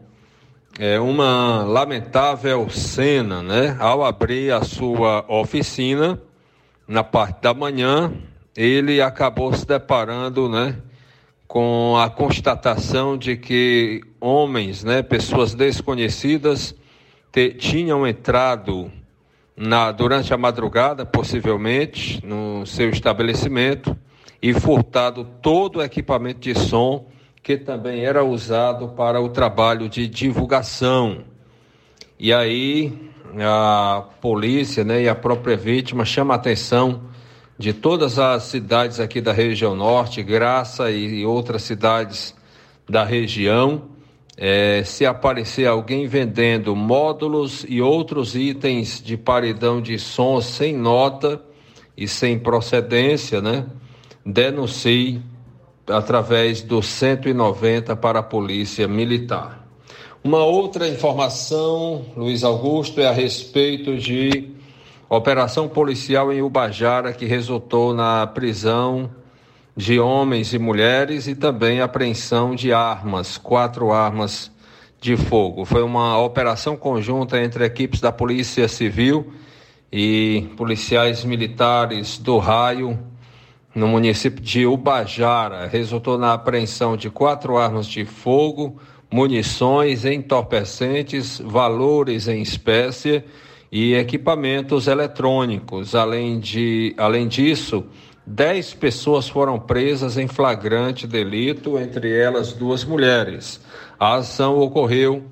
T: uma lamentável cena, né? Ao abrir a sua oficina, na parte da manhã, ele acabou se deparando, né, com a constatação de que homens, né, pessoas desconhecidas, tinham entrado durante a madrugada, possivelmente, no seu estabelecimento e furtado todo o equipamento de som que também era usado para o trabalho de divulgação. E aí a polícia, né, e a própria vítima chama a atenção de todas as cidades aqui da região norte, Graça e outras cidades da região. Se aparecer alguém vendendo módulos e outros itens de paredão de som sem nota e sem procedência, né, denuncie através do 190 para a Polícia Militar. Uma outra informação, Luiz Augusto, é a respeito de operação policial em Ubajara, que resultou na prisão de homens e mulheres e também apreensão de armas, 4 armas de fogo. Foi uma operação conjunta entre equipes da Polícia Civil e policiais militares do Raio, no município de Ubajara. Resultou na apreensão de 4 armas de fogo, munições, entorpecentes, valores em espécie e equipamentos eletrônicos. Além disso, 10 pessoas foram presas em flagrante delito, entre elas 2 mulheres. A ação ocorreu,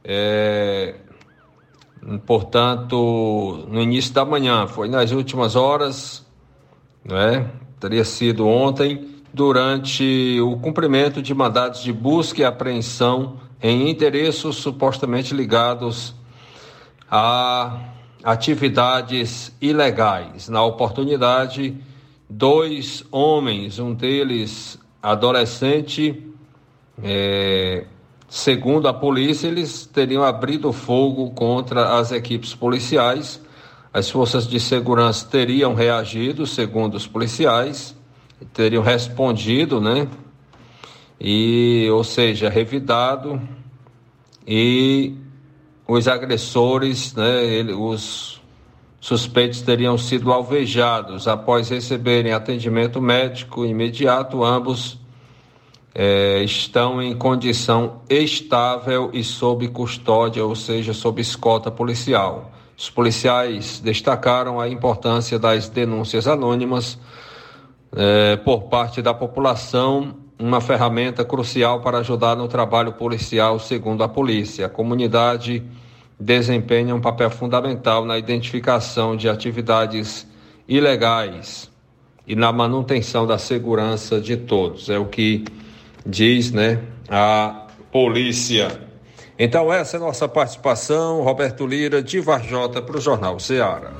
T: portanto, no início da manhã, foi nas últimas horas, né? Teria sido ontem, durante o cumprimento de mandados de busca e apreensão em endereços supostamente ligados a atividades ilegais. Na oportunidade, 2 homens, um deles adolescente, segundo a polícia, eles teriam abrido fogo contra as equipes policiais. As forças de segurança teriam reagido, segundo os policiais, teriam respondido, ou seja, revidado, e os agressores, os suspeitos teriam sido alvejados. Após receberem atendimento médico imediato, ambos estão em condição estável e sob custódia, ou seja, sob escolta policial. Os policiais destacaram a importância das denúncias anônimas por parte da população, uma ferramenta crucial para ajudar no trabalho policial, segundo a polícia. A comunidade desempenha um papel fundamental na identificação de atividades ilegais e na manutenção da segurança de todos. É o que diz, a polícia. Então essa é a nossa participação. Roberto Lira, de Varjota, para o Jornal Ceará.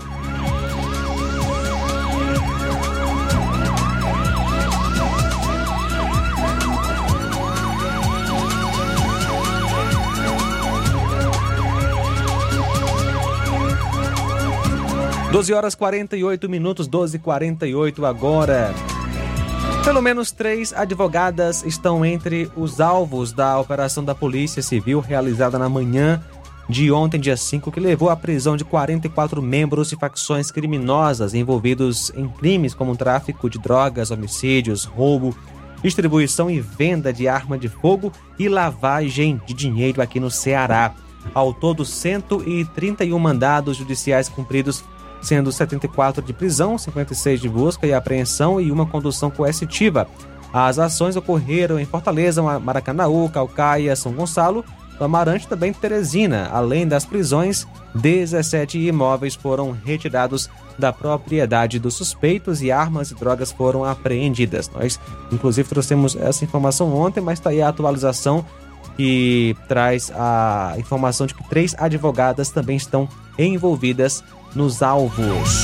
C: Doze horas 48 minutos, 12h48 agora. Pelo menos 3 advogadas estão entre os alvos da operação da Polícia Civil realizada na manhã de ontem, dia 5, que levou à prisão de 44 membros de facções criminosas envolvidos em crimes como tráfico de drogas, homicídios, roubo, distribuição e venda de arma de fogo e lavagem de dinheiro aqui no Ceará. Ao todo, 131 mandados judiciais cumpridos, sendo 74 de prisão, 56 de busca e apreensão e uma condução coercitiva. As ações ocorreram em Fortaleza, Maracanaú, Caucaia, São Gonçalo, Amarante e também Teresina. Além das prisões, 17 imóveis foram retirados da propriedade dos suspeitos e armas e drogas foram apreendidas. Nós, inclusive, trouxemos essa informação ontem, mas está aí a atualização que traz a informação de que 3 advogadas também estão envolvidas nos alvos.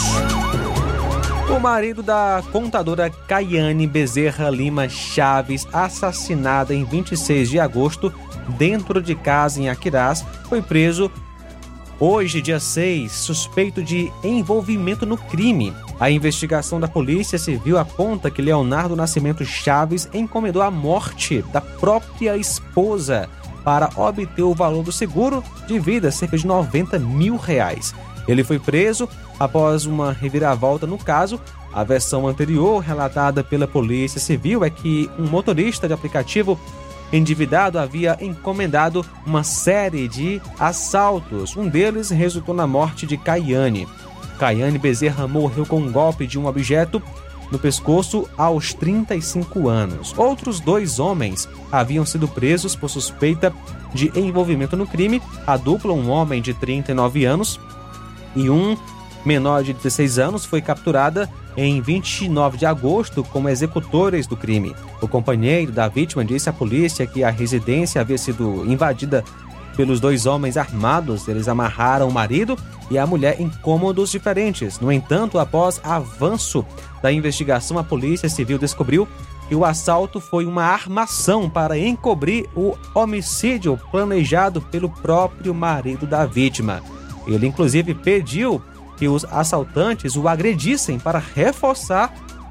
C: O marido da contadora Caiane Bezerra Lima Chaves, assassinada em 26 de agosto dentro de casa em Aquirás, foi preso hoje, dia 6, suspeito de envolvimento no crime. A investigação da Polícia Civil aponta que Leonardo Nascimento Chaves encomendou a morte da própria esposa para obter o valor do seguro de vida, cerca de R$90 mil. Ele foi preso após uma reviravolta no caso. A versão anterior relatada pela Polícia Civil é que um motorista de aplicativo endividado havia encomendado uma série de assaltos. Um deles resultou na morte de Caiane. Caiane Bezerra morreu com um golpe de um objeto no pescoço aos 35 anos. Outros 2 homens haviam sido presos por suspeita de envolvimento no crime. A dupla, um homem de 39 anos e um menor de 16 anos, foi capturada em 29 de agosto como executores do crime. O companheiro da vítima disse à polícia que a residência havia sido invadida pelos 2 homens armados. Eles amarraram o marido e a mulher em cômodos diferentes. No entanto, após avanço da investigação, a Polícia Civil descobriu que o assalto foi uma armação para encobrir o homicídio planejado pelo próprio marido da vítima. Ele, inclusive, pediu que os assaltantes o agredissem para reforçar,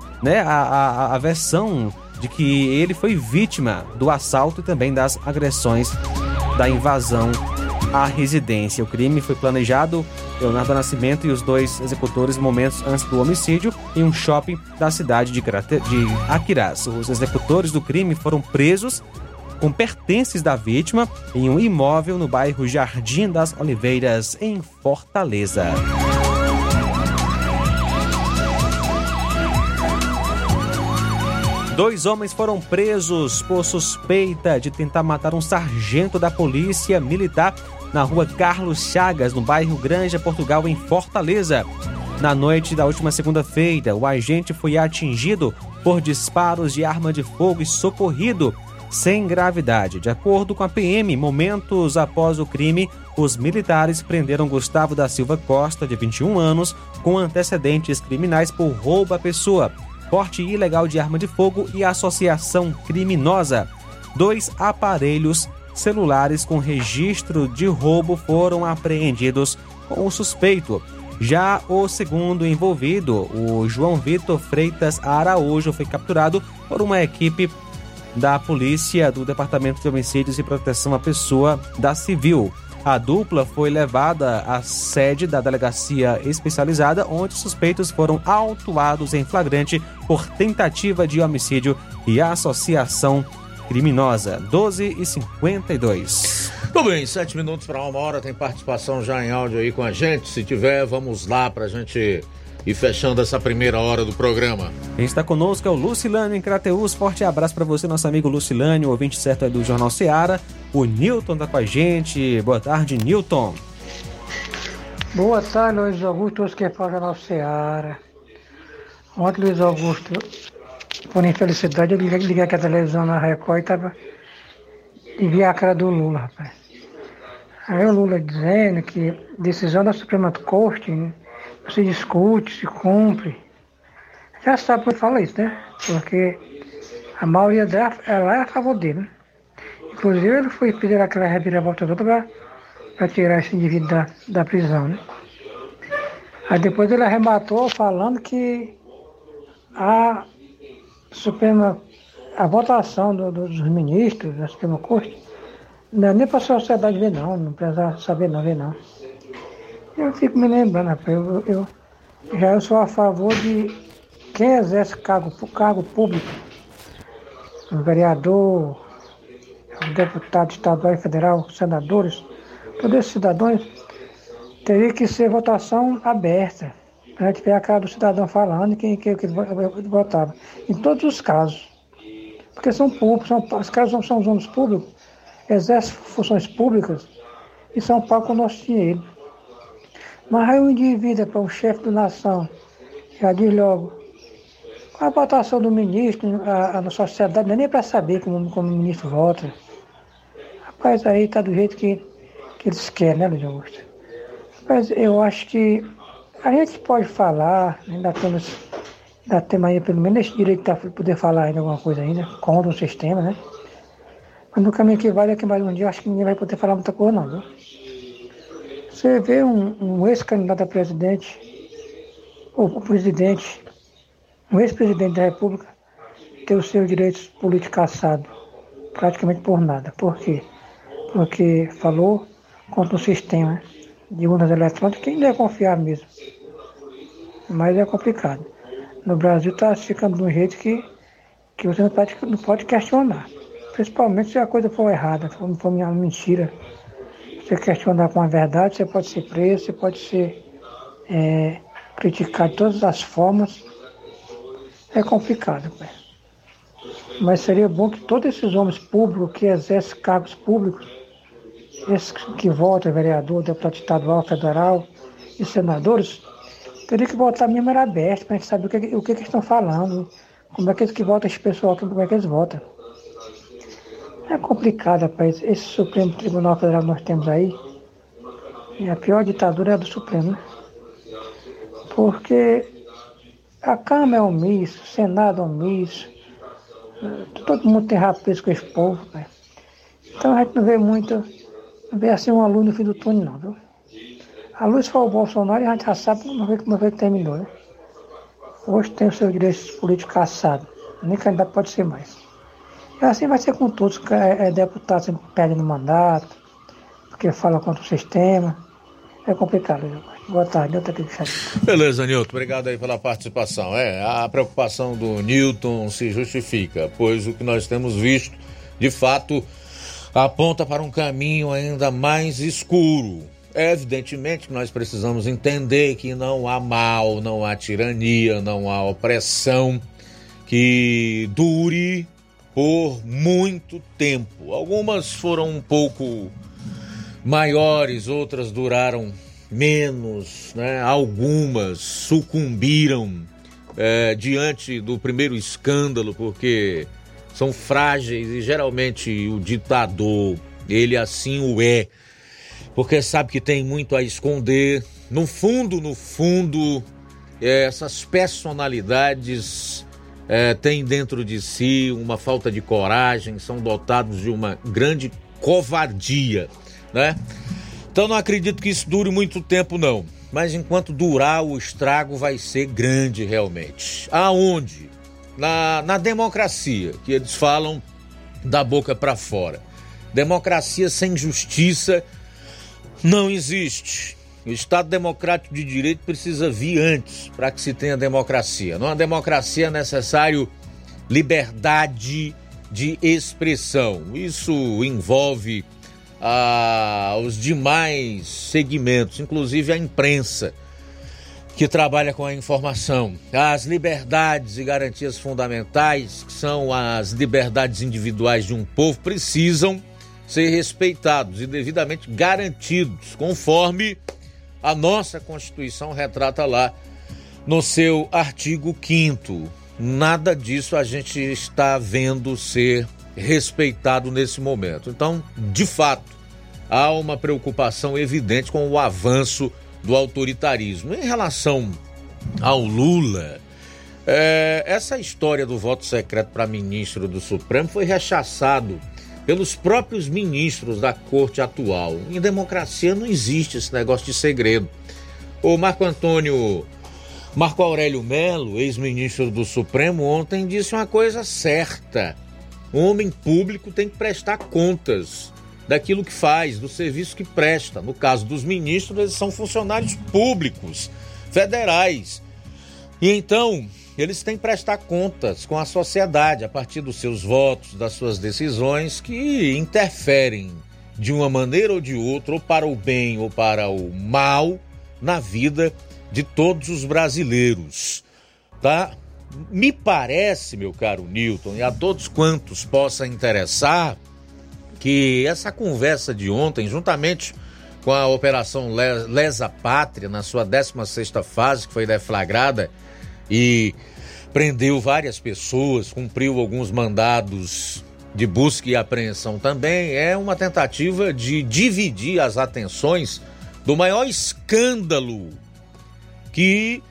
C: a versão de que ele foi vítima do assalto e também das agressões da invasão à residência. O crime foi planejado, Leonardo Nascimento e os 2 executores, momentos antes do homicídio, em um shopping da cidade de Aquirás. Os executores do crime foram presos com pertences da vítima em um imóvel no bairro Jardim das Oliveiras, em Fortaleza. Dois homens foram presos por suspeita de tentar matar um sargento da Polícia Militar na rua Carlos Chagas, no bairro Granja Portugal, em Fortaleza. Na noite da última segunda-feira, o agente foi atingido por disparos de arma de fogo e socorrido sem gravidade. De acordo com a PM, momentos após o crime, os militares prenderam Gustavo da Silva Costa, de 21 anos, com antecedentes criminais por roubo à pessoa, porte ilegal de arma de fogo e associação criminosa. 2 aparelhos celulares com registro de roubo foram apreendidos com o suspeito. Já o segundo envolvido, o João Vitor Freitas Araújo, foi capturado por uma equipe da polícia do Departamento de Homicídios e Proteção à Pessoa da Civil. A dupla foi levada à sede da delegacia especializada, onde os suspeitos foram autuados em flagrante por tentativa de homicídio e associação criminosa. 12h52.
B: Tudo bem, 7 minutos para 1h. Tem participação já em áudio aí com a gente. Se tiver, vamos lá para a gente ir fechando essa primeira hora do programa.
C: Quem está conosco é o Lucilânio em Crateús. Forte abraço para você, nosso amigo Lucilânio, ouvinte certo aí do Jornal Ceará. O Nilton está com a gente. Boa tarde, Nilton.
U: Boa tarde, Luiz Augusto, todos que falam do Jornal Ceará. Ontem, Luiz Augusto, por infelicidade, eu liguei aqui a televisão na Record e vi a cara do Lula, rapaz. Aí o Lula dizendo que decisão da Suprema Corte, né, se discute, se cumpre. Já sabe por que fala isso, né? Porque a maioria dela é a favor dele, né? Inclusive ele foi pedir aquela reviravolta toda para tirar esse indivíduo da prisão, né? Aí depois ele arrematou falando que a votação dos ministros da Suprema Corte não é nem para a sociedade ver não precisa saber ver não. Eu fico me lembrando, rapaz, eu sou a favor de quem exerce cargo público, o vereador, o deputado estadual e federal, senadores, todos esses cidadãos, teria que ser votação aberta, para a gente ver a cara do cidadão falando quem votava. Em todos os casos. Porque são públicos, os caras são os homens públicos, exercem funções públicas e são pagos com o nosso dinheiro. Mas aí o indivíduo, para o chefe da nação, já diz logo, qual a votação do ministro, a sociedade, não é nem para saber como o ministro vota. Rapaz, aí está do jeito que eles querem, né, Luiz Augusto? Mas eu acho que a gente pode falar, ainda temos aí pelo menos esse direito de poder falar ainda alguma coisa ainda, contra o sistema, né? Mas no caminho que vai, daqui mais um dia, eu acho que ninguém vai poder falar muita coisa não, viu? Você vê um ex-candidato a presidente, ou presidente, um ex-presidente da República, ter os seus direitos políticos cassados, praticamente por nada. Por quê? Porque falou contra o sistema de urnas eletrônicas, quem deve confiar mesmo. Mas é complicado. No Brasil está ficando de um jeito que você não pode questionar. Principalmente se a coisa for errada, for uma mentira. Você questionar com a verdade, você pode ser preso, você pode ser criticado de todas as formas. É complicado, pai. Mas seria bom que todos esses homens públicos que exercem cargos públicos, esses que votam, vereador, deputado estadual, federal e senadores, teria que votar mesmo era aberto, para a gente saber o que eles estão falando, como é que eles que votam, esse pessoal, como é que eles votam. É complicado, rapaz. Esse Supremo Tribunal Federal que nós temos aí, e a pior ditadura é a do Supremo, né? Porque a Câmara é omisso, o Senado é omisso, todo mundo tem rapaz com esse povo, né? Então a gente não vê assim uma luz no fim do túnel, não, viu? A luz foi o Bolsonaro e a gente já sabe como foi que terminou, né? Hoje tem os seus direitos políticos caçados, nem candidato pode ser mais. E assim vai ser com todos, deputados sempre perdendo mandato, porque fala contra o sistema. É complicado, viu? Boa tarde,
B: Beleza, Nilton, obrigado aí pela participação. A preocupação do Nilton se justifica, pois o que nós temos visto, de fato, aponta para um caminho ainda mais escuro. Evidentemente que nós precisamos entender que não há mal, não há tirania, não há opressão que dure por muito tempo. Algumas foram um pouco maiores, outras duraram menos, né? Algumas sucumbiram diante do primeiro escândalo, porque são frágeis e geralmente o ditador, ele assim o é, porque sabe que tem muito a esconder. No fundo, essas personalidades têm dentro de si uma falta de coragem, são dotados de uma grande covardia, né? Então não acredito que isso dure muito tempo, não. Mas enquanto durar, o estrago vai ser grande realmente. Aonde? Na democracia, que eles falam da boca para fora. Democracia sem justiça não existe. O Estado Democrático de Direito precisa vir antes para que se tenha democracia. Numa democracia é necessário liberdade de expressão. Isso envolve os demais segmentos, inclusive a imprensa, que trabalha com a informação. As liberdades e garantias fundamentais, que são as liberdades individuais de um povo, precisam ser respeitados e devidamente garantidos, conforme a nossa Constituição retrata lá no seu artigo 5º. Nada disso a gente está vendo ser respeitado nesse momento. Então, de fato, há uma preocupação evidente com o avanço do autoritarismo. Em relação ao Lula, essa história do voto secreto para ministro do Supremo foi rechaçado pelos próprios ministros da corte atual. Em democracia não existe esse negócio de segredo. O Marco Aurélio Melo, ex-ministro do Supremo, ontem disse uma coisa certa: o homem público tem que prestar contas daquilo que faz, do serviço que presta. No caso dos ministros, eles são funcionários públicos, federais. E então, eles têm que prestar contas com a sociedade a partir dos seus votos, das suas decisões, que interferem de uma maneira ou de outra, ou para o bem ou para o mal, na vida de todos os brasileiros, tá? Me parece, meu caro Newton, e a todos quantos possa interessar, que essa conversa de ontem, juntamente com a Operação Lesa Pátria, na sua 16ª fase, que foi deflagrada e prendeu várias pessoas, cumpriu alguns mandados de busca e apreensão também, é uma tentativa de dividir as atenções do maior escândalo que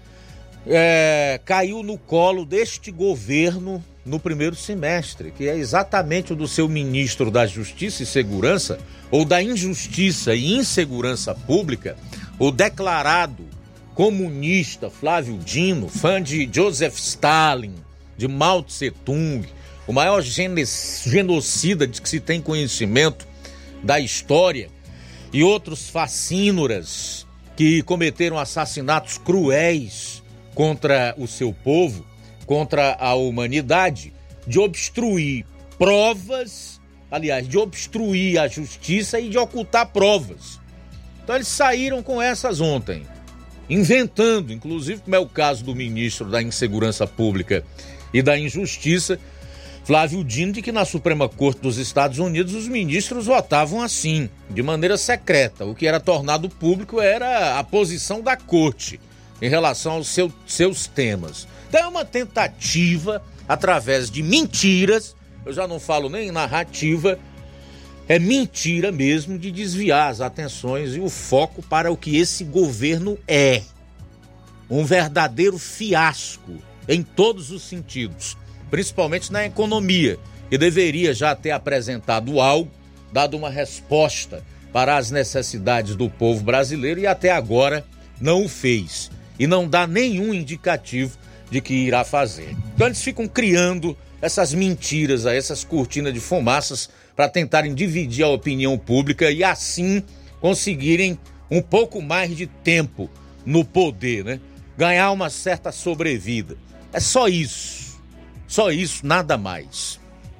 B: caiu no colo deste governo no primeiro semestre, que é exatamente o do seu ministro da Justiça e Segurança, ou da Injustiça e Insegurança Pública, o declarado comunista Flávio Dino, fã de Joseph Stalin, de Mao Tse-tung, o maior genocida de que se tem conhecimento da história, e outros facínoras que cometeram assassinatos cruéis contra o seu povo, contra a humanidade, de obstruir provas, aliás, de obstruir a justiça e de ocultar provas. Então eles saíram com essas ontem, inventando, inclusive, como é o caso do ministro da Insegurança Pública e da Injustiça, Flávio Dino, de que na Suprema Corte dos Estados Unidos os ministros votavam assim, de maneira secreta. O que era tornado público era a posição da corte em relação aos seus temas. Então é uma tentativa, através de mentiras, eu já não falo nem em narrativa, é mentira mesmo, de desviar as atenções e o foco para o que esse governo é. Um verdadeiro fiasco em todos os sentidos, principalmente na economia, que deveria já ter apresentado algo, dado uma resposta para as necessidades do povo brasileiro, e até agora não o fez. E não dá nenhum indicativo de que irá fazer. Então eles ficam criando essas mentiras, essas cortinas de fumaças, para tentarem dividir a opinião pública e assim conseguirem um pouco mais de tempo no poder, né? Ganhar uma certa sobrevida. É só isso, nada mais.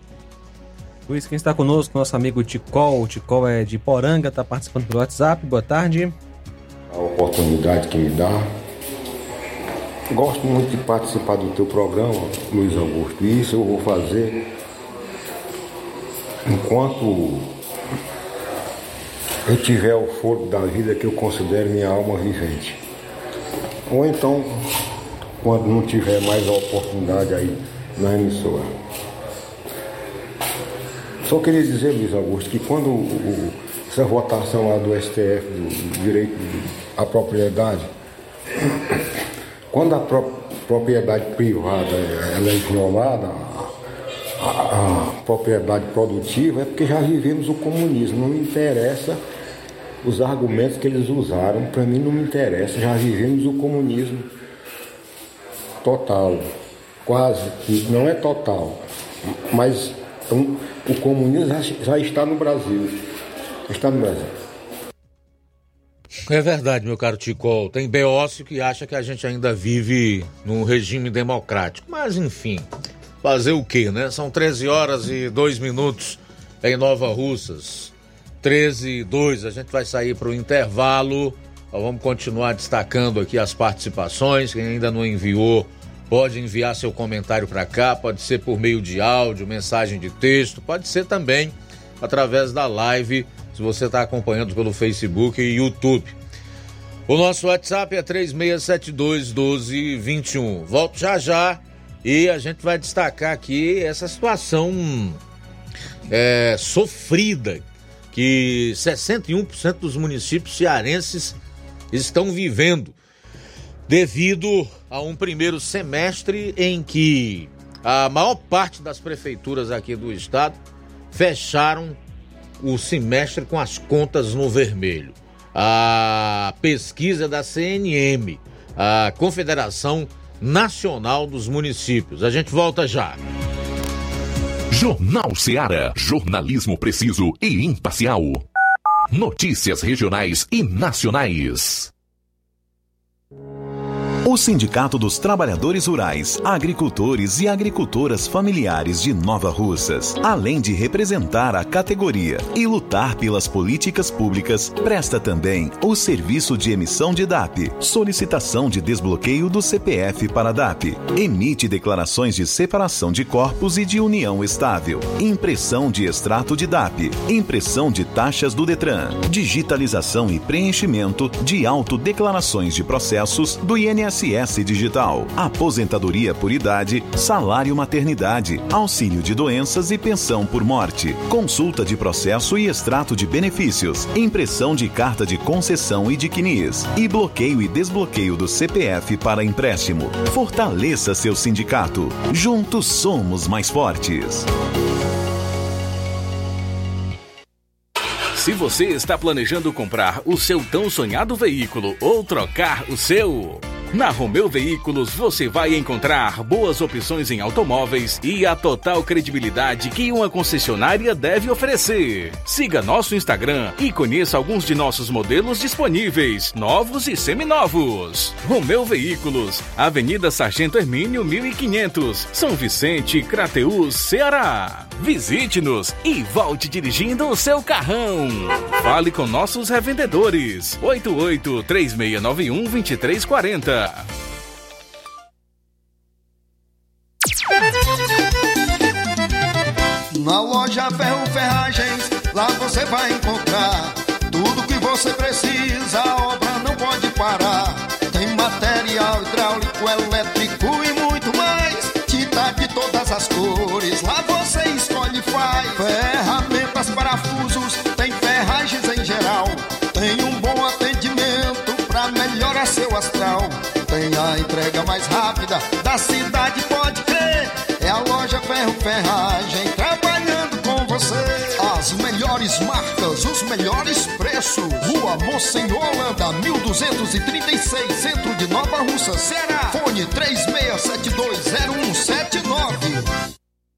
C: Luiz, quem está conosco, nosso amigo Ticol. O Ticol é de Poranga, está participando pelo WhatsApp. Boa tarde.
D: A oportunidade que me dá. Gosto muito de participar do teu programa, Luiz Augusto. E isso eu vou fazer enquanto eu tiver o fôlego da vida que eu considero minha alma vivente. Ou então, quando não tiver mais a oportunidade aí na emissora. Só queria dizer, Luiz Augusto, que quando essa votação lá do STF, do direito à propriedade, quando a propriedade privada ela é violada, a propriedade produtiva, é porque já vivemos o comunismo. Não me interessa os argumentos que eles usaram, para mim não me interessa, já vivemos o comunismo total, quase, que não é total, mas o comunismo já está no Brasil. Está no Brasil.
B: É verdade, meu caro Ticol. Tem beócio que acha que a gente ainda vive num regime democrático. Mas, enfim, fazer o quê, né? São 13h02 em Nova Russas. 13h02, a gente vai sair para o intervalo. Nós vamos continuar destacando aqui as participações. Quem ainda não enviou, pode enviar seu comentário para cá. Pode ser por meio de áudio, mensagem de texto. Pode ser também através da live, se você está acompanhando pelo Facebook e YouTube. O nosso WhatsApp é 3672-1221. Volto já e a gente vai destacar aqui essa situação sofrida que 61% dos municípios cearenses estão vivendo devido a um primeiro semestre em que a maior parte das prefeituras aqui do estado fecharam o semestre com as contas no vermelho. A pesquisa da CNM, a Confederação Nacional dos Municípios. A gente volta já.
A: Jornal Ceará, jornalismo preciso e imparcial. Notícias regionais e nacionais.
F: O Sindicato dos Trabalhadores Rurais, Agricultores e Agricultoras Familiares de Nova Russas, além de representar a categoria e lutar pelas políticas públicas, presta também o serviço de emissão de DAP, solicitação de desbloqueio do CPF para DAP, emite declarações de separação de corpos e de união estável, impressão de extrato de DAP, impressão de taxas do Detran, digitalização e preenchimento de autodeclarações de processos do INSS Digital, aposentadoria por idade, salário maternidade, auxílio de doenças e pensão por morte, consulta de processo e extrato de benefícios, impressão de carta de concessão e de CNIS, e bloqueio e desbloqueio do CPF para empréstimo. Fortaleça seu sindicato. Juntos somos mais fortes.
H: Se você está planejando comprar o seu tão sonhado veículo ou trocar o seu, na Romeu Veículos você vai encontrar boas opções em automóveis e a total credibilidade que uma concessionária deve oferecer. Siga nosso Instagram e conheça alguns de nossos modelos disponíveis, novos e seminovos. Romeu Veículos, Avenida Sargento Hermínio 1500, São Vicente, Crateús, Ceará. Visite-nos e volte dirigindo o seu carrão. Fale com nossos revendedores. 88-3691-2340.
V: Na loja Ferro Ferragens, lá você vai encontrar tudo que você precisa, a obra não pode parar. Tem material hidráulico, elétrico e muito mais, tinta de todas as cores, lá você escolhe e faz. Ferramentas, parafusos, tem ferragens em geral, tem um bom atendimento pra melhorar seu astral. Tem a entrega mais rápida da cidade, pode crer. É a loja Ferro Ferragem trabalhando com você. As melhores marcas, os melhores preços. Rua Monsenhor Holanda, 1236, centro de Nova Russa, Ceará. Fone 36720179.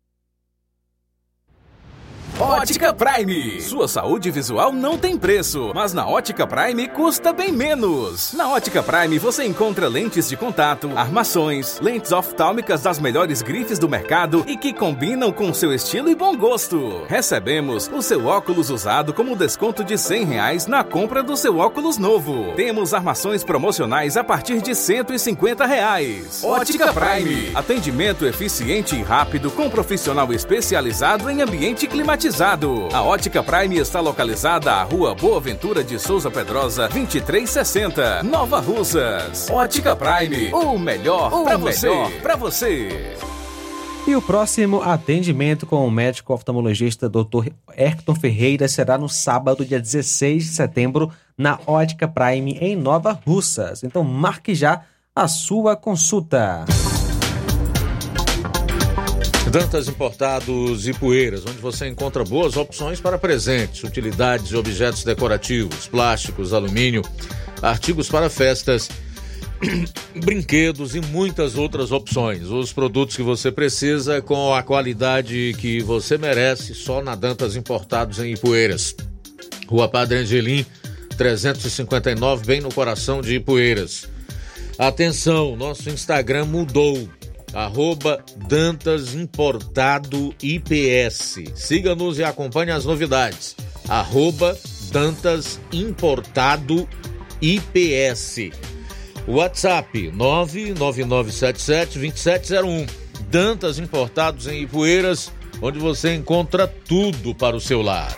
H: Ótica Prime. Sua saúde visual não tem preço, mas na Ótica Prime custa bem menos. Na Ótica Prime você encontra lentes de contato, armações, lentes oftálmicas das melhores grifes do mercado e que combinam com seu estilo e bom gosto. Recebemos o seu óculos usado como desconto de R$100 na compra do seu óculos novo. Temos armações promocionais a partir de R$150. Ótica Prime. Atendimento eficiente e rápido com profissional especializado em ambiente climatizado. climatizado. A Ótica Prime está localizada à Rua Boa Ventura de Souza Pedrosa, 2360, Nova Russas. Ótica Prime, o melhor para você.
C: E o próximo atendimento com o médico oftalmologista Dr. Ayrton Ferreira será no sábado, dia 16 de setembro, na Ótica Prime, em Nova Russas. Então marque já a sua consulta.
B: Dantas Importados Ipueiras, onde você encontra boas opções para presentes, utilidades e objetos decorativos, plásticos, alumínio, artigos para festas, brinquedos e muitas outras opções. Os produtos que você precisa com a qualidade que você merece, só na Dantas Importados em Ipueiras. Rua Padre Angelim, 359, bem no coração de Ipueiras. Atenção, nosso Instagram mudou. @Dantas Importado IPS. Siga-nos e acompanhe as novidades. @Dantas Importado IPS. WhatsApp 99977-2701. Dantas Importados em Ipueiras, onde você encontra tudo para o seu lar.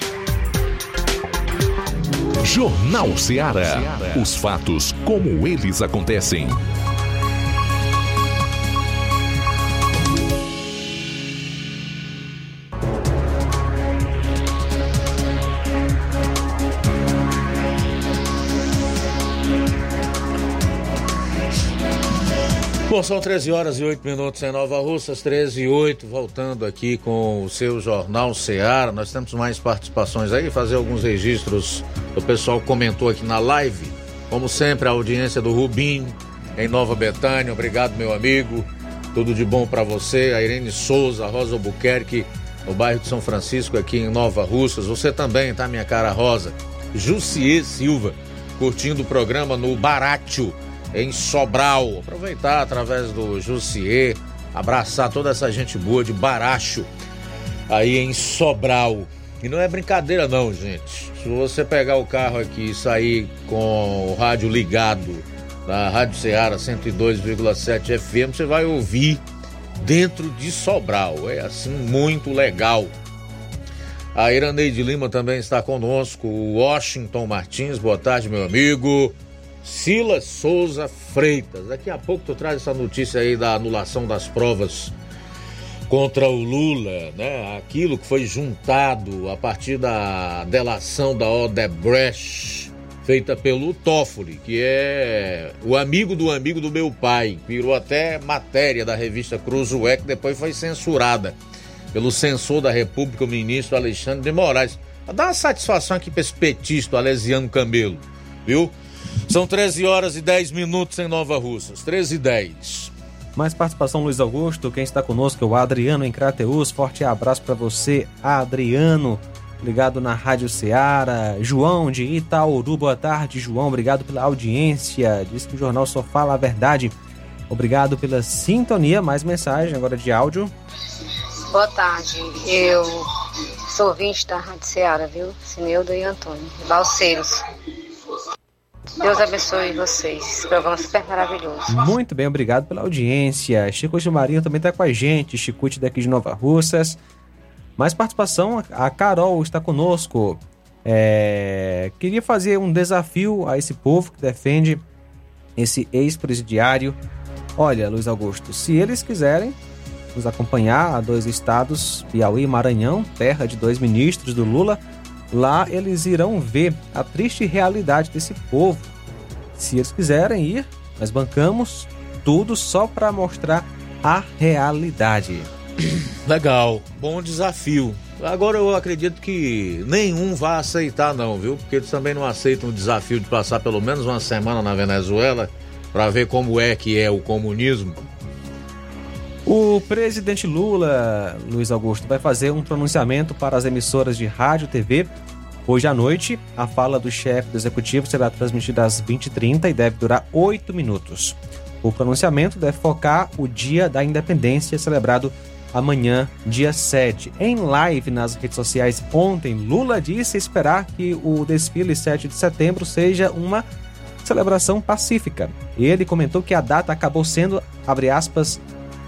A: Jornal Ceará. Os fatos como eles acontecem.
B: Bom, são 13 horas e 8 minutos em Nova Russas, 13 e 8, voltando aqui com o seu Jornal Ceará. Nós temos mais participações aí, fazer alguns registros. O pessoal comentou aqui na live, como sempre, a audiência do Rubinho em Nova Betânia. Obrigado, meu amigo. Tudo de bom para você. A Irene Souza, a Rosa Albuquerque, no bairro de São Francisco, aqui em Nova Russas. Você também, tá, minha cara Rosa? Jussier Silva, curtindo o programa no Barátio, em Sobral. Aproveitar através do Jussier, abraçar toda essa gente boa de Baracho aí em Sobral. E não é brincadeira não, gente. Se você pegar o carro aqui e sair com o rádio ligado na Rádio Ceará 102,7 FM, você vai ouvir dentro de Sobral. É assim, muito legal. A Iraneide Lima também está conosco. O Washington Martins, boa tarde, meu amigo. Silas Souza Freitas. Daqui a pouco tu traz essa notícia aí da anulação das provas contra o Lula, né? Aquilo que foi juntado a partir da delação da Odebrecht, feita pelo Toffoli, que é o amigo do meu pai. Virou até matéria da revista Cruzoé, que depois foi censurada pelo censor da República, o ministro Alexandre de Moraes. Dá uma satisfação aqui para esse petista, Alesiano Camelo, viu? São 13 horas e 10 minutos em Nova Russas, 13h10.
C: Mais participação, Luiz Augusto. Quem está conosco é o Adriano em Crateús. Forte abraço para você, Adriano, ligado na Rádio Ceará. João de Itaúru, boa tarde, João. Obrigado pela audiência. Diz que o jornal só fala a verdade. Obrigado pela sintonia. Mais mensagem agora de áudio.
G: Boa tarde. Eu sou ouvinte da Rádio Ceará, viu? Sineuda e Antônio. Balseiros. Deus abençoe vocês. Esse programa é super maravilhoso.
C: Muito bem, obrigado pela audiência. Chicute Marinho também está com a gente. Chicute daqui de Nova Russas. Mais participação, a Carol está conosco. Queria fazer um desafio a esse povo que defende esse ex-presidiário. Olha, Luiz Augusto, se eles quiserem nos acompanhar a 2 estados, Piauí e Maranhão, terra de 2 ministros do Lula, lá eles irão ver a triste realidade desse povo. Se eles quiserem ir, nós bancamos tudo só para mostrar a realidade.
B: Legal, bom desafio. Agora eu acredito que nenhum vai aceitar não, viu? Porque eles também não aceitam o desafio de passar pelo menos uma semana na Venezuela para ver como é que é o comunismo.
C: O presidente Lula, Luiz Augusto, vai fazer um pronunciamento para as emissoras de rádio e TV. Hoje à noite, a fala do chefe do executivo será transmitida às 20h30 e deve durar 8 minutos. O pronunciamento deve focar o Dia da Independência, celebrado amanhã, dia 7. Em live nas redes sociais ontem, Lula disse esperar que o desfile 7 de setembro seja uma celebração pacífica. Ele comentou que a data acabou sendo, abre aspas,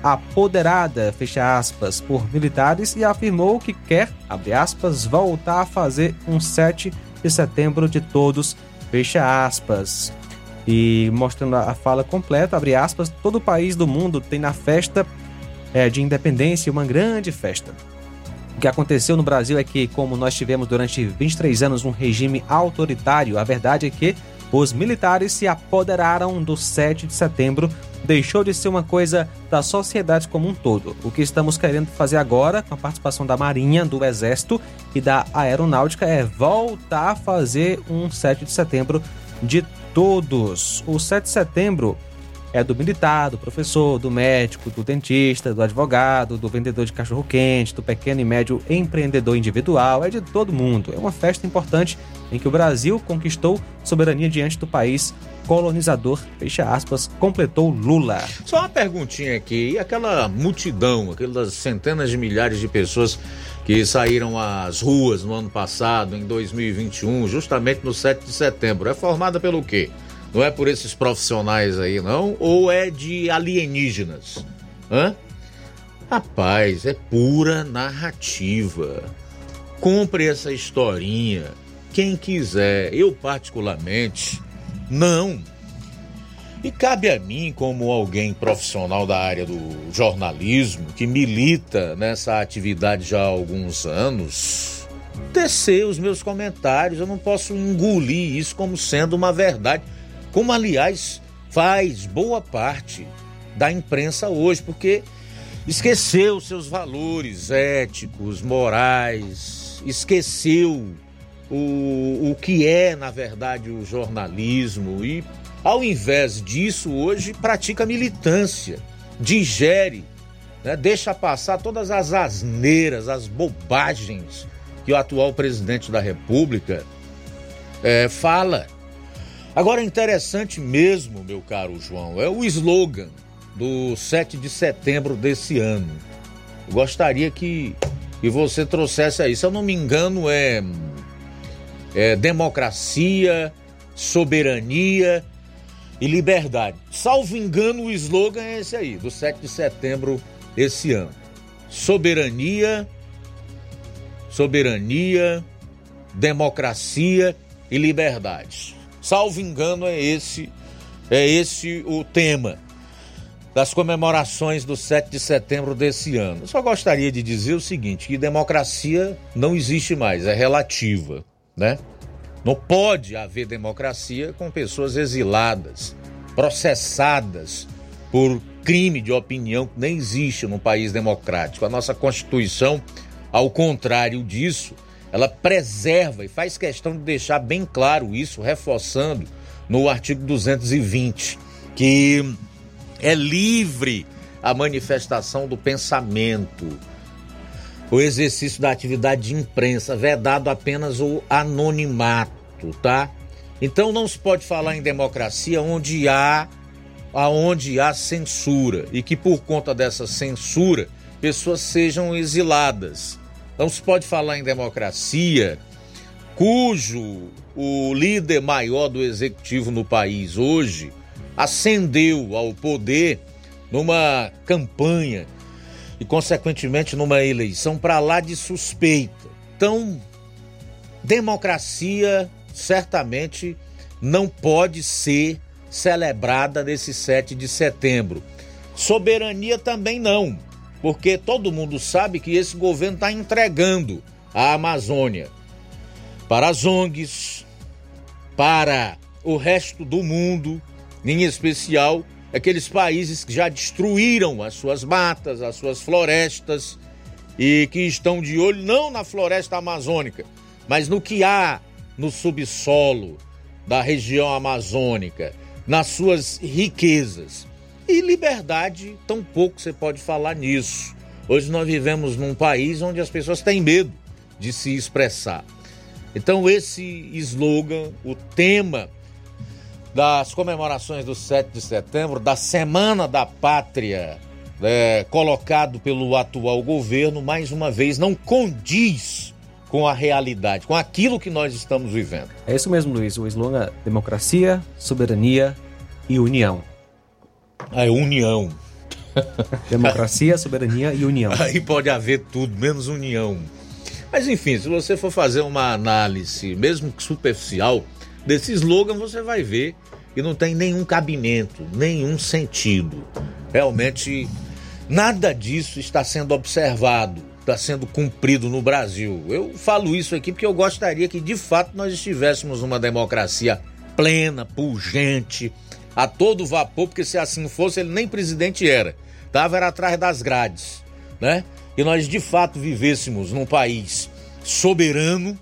C: apoderada, fecha aspas, por militares e afirmou que quer, abre aspas, voltar a fazer um 7 de setembro de todos, fecha aspas. E mostrando a fala completa, abre aspas, todo o país do mundo tem na festa de independência uma grande festa. O que aconteceu no Brasil é que, como nós tivemos durante 23 anos um regime autoritário, a verdade é que os militares se apoderaram do 7 de setembro, deixou de ser uma coisa da sociedade como um todo. O que estamos querendo fazer agora, com a participação da Marinha, do Exército e da Aeronáutica, é voltar a fazer um 7 de setembro de todos. O 7 de setembro é do militar, do professor, do médico, do dentista, do advogado, do vendedor de cachorro-quente, do pequeno e médio empreendedor individual, é de todo mundo. É uma festa importante em que o Brasil conquistou soberania diante do país colonizador, fecha aspas, completou Lula.
B: Só uma perguntinha aqui, e aquela multidão, aquelas centenas de milhares de pessoas que saíram às ruas no ano passado, em 2021, justamente no 7 de setembro, é formada pelo quê? Não é por esses profissionais aí, não? Ou é de alienígenas? Hã? Rapaz, é pura narrativa. Compre essa historinha. Quem quiser. Eu, particularmente, não. E cabe a mim, como alguém profissional da área do jornalismo, que milita nessa atividade já há alguns anos, tecer os meus comentários. Eu não posso engolir isso como sendo uma verdade. Como, aliás, faz boa parte da imprensa hoje, porque esqueceu seus valores éticos, morais, esqueceu o que é, na verdade, o jornalismo e, ao invés disso, hoje pratica militância, digere, né, deixa passar todas as asneiras, as bobagens que o atual presidente da República fala. Agora, interessante mesmo, meu caro João, é o slogan do 7 de setembro desse ano. Eu gostaria que você trouxesse aí. Se eu não me engano, é democracia, soberania e liberdade. Salvo engano, o slogan é esse aí, do 7 de setembro esse ano. Soberania, democracia e liberdade. Salvo engano, é esse o tema das comemorações do 7 de setembro desse ano. Eu só gostaria de dizer o seguinte, que democracia não existe mais, é relativa, né? Não pode haver democracia com pessoas exiladas, processadas por crime de opinião que nem existe num país democrático. A nossa Constituição, ao contrário disso, ela preserva e faz questão de deixar bem claro isso, reforçando no artigo 220, que é livre a manifestação do pensamento, o exercício da atividade de imprensa, vedado apenas o anonimato, tá? Então não se pode falar em democracia onde há censura e que por conta dessa censura pessoas sejam exiladas. Não se pode falar em democracia cujo o líder maior do executivo no país hoje ascendeu ao poder numa campanha e, consequentemente, numa eleição para lá de suspeita. Então, democracia certamente não pode ser celebrada nesse 7 de setembro. Soberania também não. Porque todo mundo sabe que esse governo está entregando a Amazônia para as ONGs, para o resto do mundo, em especial aqueles países que já destruíram as suas matas, as suas florestas e que estão de olho não na floresta amazônica, mas no que há no subsolo da região amazônica, nas suas riquezas. E liberdade, tão pouco você pode falar nisso. Hoje nós vivemos num país onde as pessoas têm medo de se expressar. Então esse slogan, o tema das comemorações do 7 de setembro, da Semana da Pátria, colocado pelo atual governo, mais uma vez não condiz com a realidade, com aquilo que nós estamos vivendo.
C: É isso mesmo, Luiz. O slogan democracia, soberania e união.
B: É união.
C: Democracia, soberania e união.
B: Aí pode haver tudo, menos união. Mas enfim, se você for fazer uma análise, mesmo que superficial, desse slogan, você vai ver que não tem nenhum cabimento, nenhum sentido. Realmente, nada disso está sendo observado, está sendo cumprido no Brasil. Eu falo isso aqui porque eu gostaria que, de fato, nós estivéssemos numa democracia plena, pujante, a todo vapor, porque se assim fosse, ele nem presidente era atrás das grades, né? E nós de fato vivêssemos num país soberano,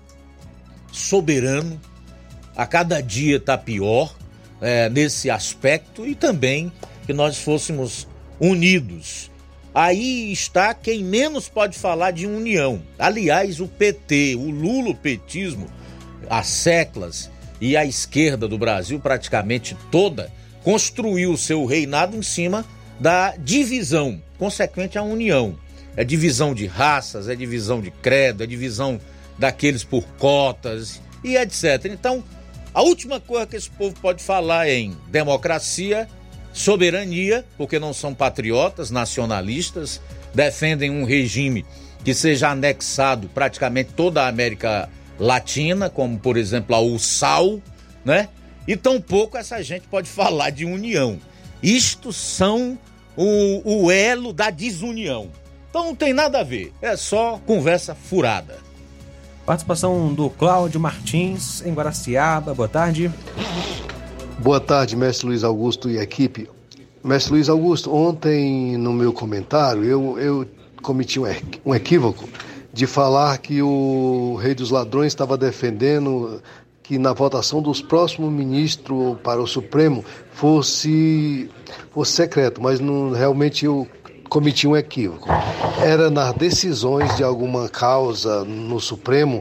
B: a cada dia está pior nesse aspecto, e também que nós fôssemos unidos. Aí está quem menos pode falar de união. Aliás, o PT, o lulopetismo, as seclas e a esquerda do Brasil praticamente toda construiu o seu reinado em cima da divisão, consequente à união. É divisão de raças, é divisão de credo, é divisão daqueles por cotas e etc. Então, a última coisa que esse povo pode falar é em democracia, soberania, porque não são patriotas, nacionalistas, defendem um regime que seja anexado praticamente toda a América Latina, como, por exemplo, a USAL, né? E tampouco essa gente pode falar de união. Isto são o elo da desunião. Então não tem nada a ver, é só conversa furada.
C: Participação do Cláudio Martins, em Guaraciaba. Boa tarde.
K: Boa tarde, mestre Luiz Augusto e equipe. Mestre Luiz Augusto, ontem no meu comentário eu cometi um equívoco de falar que o Rei dos Ladrões estava defendendo que na votação dos próximos ministros para o Supremo fosse secreto, mas realmente eu cometi um equívoco. Era nas decisões de alguma causa no Supremo,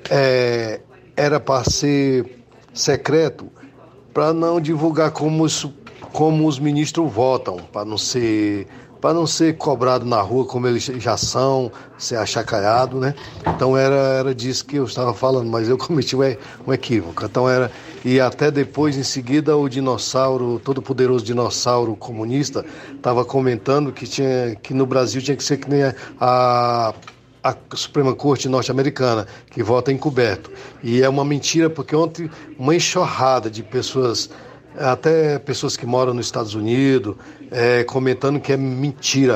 K: era para ser secreto, para não divulgar como os ministros votam, para não ser cobrado na rua como eles já são, ser achacaiado, né? Então era disso que eu estava falando, mas eu cometi um equívoco. Então e até depois, em seguida, o dinossauro, todo poderoso dinossauro comunista, estava comentando que no Brasil tinha que ser que nem a Suprema Corte norte-americana, que vota encoberto. E é uma mentira, porque ontem uma enxurrada de pessoas, até pessoas que moram nos Estados Unidos, comentando que é mentira,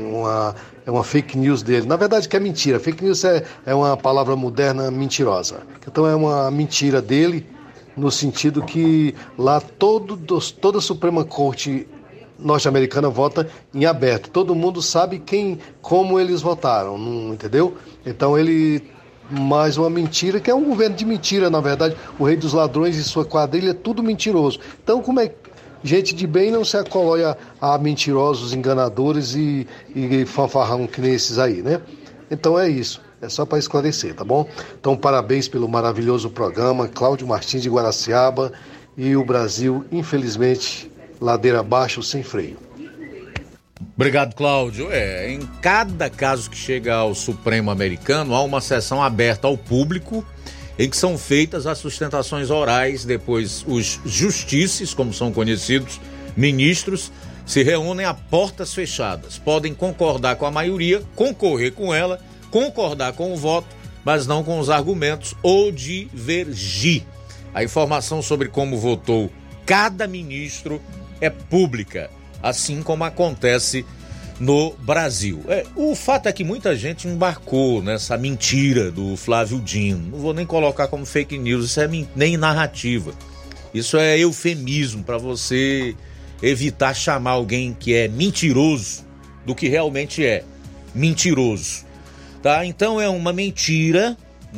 K: é uma fake news dele. Na verdade que é mentira, fake news é uma palavra moderna mentirosa. Então é uma mentira dele, no sentido que lá toda a Suprema Corte norte-americana vota em aberto. Todo mundo sabe como eles votaram, não, entendeu? Então mais uma mentira, que é um governo de mentira, na verdade. O Rei dos Ladrões e sua quadrilha é tudo mentiroso. Então, como é gente de bem não se acolhe a mentirosos, enganadores e fanfarrão que nem esses aí, né? Então é isso. É só para esclarecer, tá bom? Então, parabéns pelo maravilhoso programa. Cláudio Martins de Guaraciaba. E o Brasil, infelizmente, ladeira abaixo, sem freio.
B: Obrigado, Cláudio. Em cada caso que chega ao Supremo americano, há uma sessão aberta ao público em que são feitas as sustentações orais. Depois, os justices, como são conhecidos, ministros, se reúnem a portas fechadas. Podem concordar com a maioria, concorrer com ela, concordar com o voto, mas não com os argumentos ou divergir. A informação sobre como votou cada ministro é pública, assim como acontece no Brasil. O fato é que muita gente embarcou nessa mentira do Flávio Dino. Não vou nem colocar como fake news, isso é nem narrativa. Isso é eufemismo para você evitar chamar alguém que é mentiroso do que realmente é mentiroso. Tá? Então é uma mentira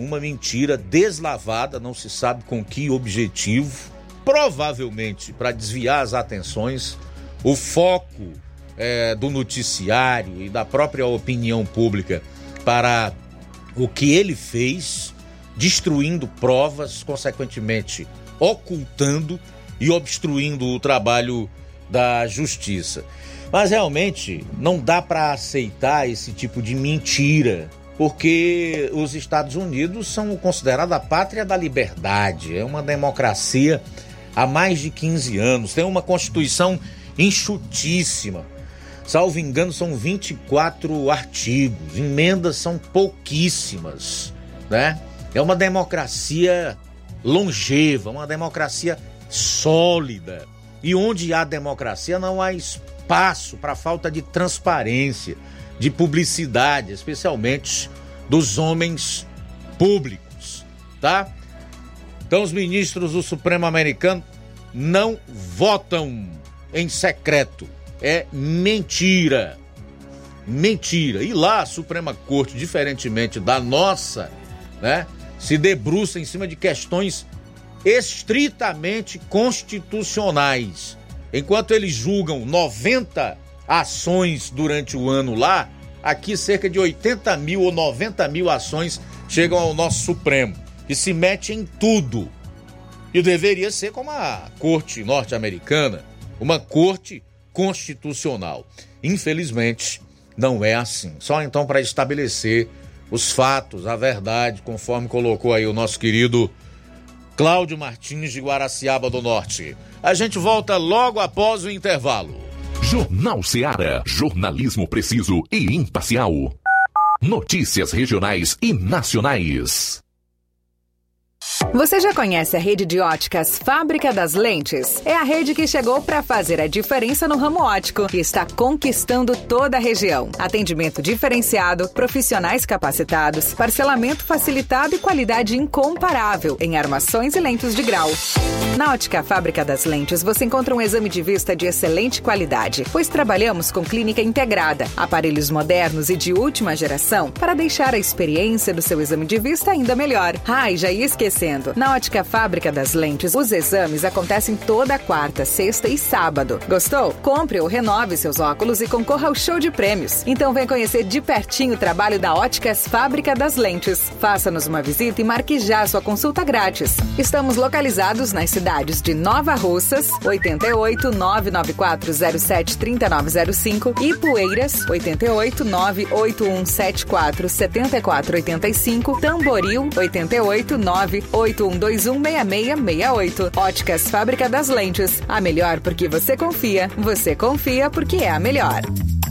B: deslavada, não se sabe com que objetivo, provavelmente para desviar as atenções, o foco do noticiário e da própria opinião pública para o que ele fez, destruindo provas, consequentemente ocultando e obstruindo o trabalho da justiça. Mas realmente não dá para aceitar esse tipo de mentira, porque os Estados Unidos são considerados a pátria da liberdade, é uma democracia há mais de 15 anos, tem uma Constituição enxutíssima. Salvo engano, são 24 artigos. Emendas são pouquíssimas, né? É uma democracia longeva, uma democracia sólida. E onde há democracia não há espaço para falta de transparência, de publicidade, especialmente dos homens públicos, tá? Então os ministros do Supremo americano não votam em secreto. É mentira. Mentira. E lá a Suprema Corte, diferentemente da nossa, né, se debruça em cima de questões estritamente constitucionais. Enquanto eles julgam 90 ações durante o ano lá, aqui cerca de 80 mil ou 90 mil ações chegam ao nosso Supremo, que se mete em tudo. E deveria ser como a Corte norte-americana, uma corte constitucional. Infelizmente, não é assim. Só então para estabelecer os fatos, a verdade, conforme colocou aí o nosso querido Cláudio Martins de Guaraciaba do Norte. A gente volta logo após o intervalo.
A: Jornal Ceará, jornalismo preciso e imparcial. Notícias regionais e nacionais.
E: Você já conhece a rede de óticas Fábrica das Lentes? É a rede que chegou para fazer a diferença no ramo óptico e está conquistando toda a região. Atendimento diferenciado, profissionais capacitados, parcelamento facilitado e qualidade incomparável em armações e lentes de grau. Na Ótica Fábrica das Lentes você encontra um exame de vista de excelente qualidade, pois trabalhamos com clínica integrada, aparelhos modernos e de última geração para deixar a experiência do seu exame de vista ainda melhor. E já ia esquecendo. Na Ótica Fábrica das Lentes, os exames acontecem toda quarta, sexta e sábado. Gostou? Compre ou renove seus óculos e concorra ao show de prêmios. Então vem conhecer de pertinho o trabalho da Óticas Fábrica das Lentes. Faça-nos uma visita e marque já sua consulta grátis. Estamos localizados nas cidades de Nova Russas, 88 99407 3905 e Poeiras, 88 98174 7485, Tamboril, 88 981216668. Óticas Fábrica das Lentes. A melhor porque você confia. Você confia porque é a melhor.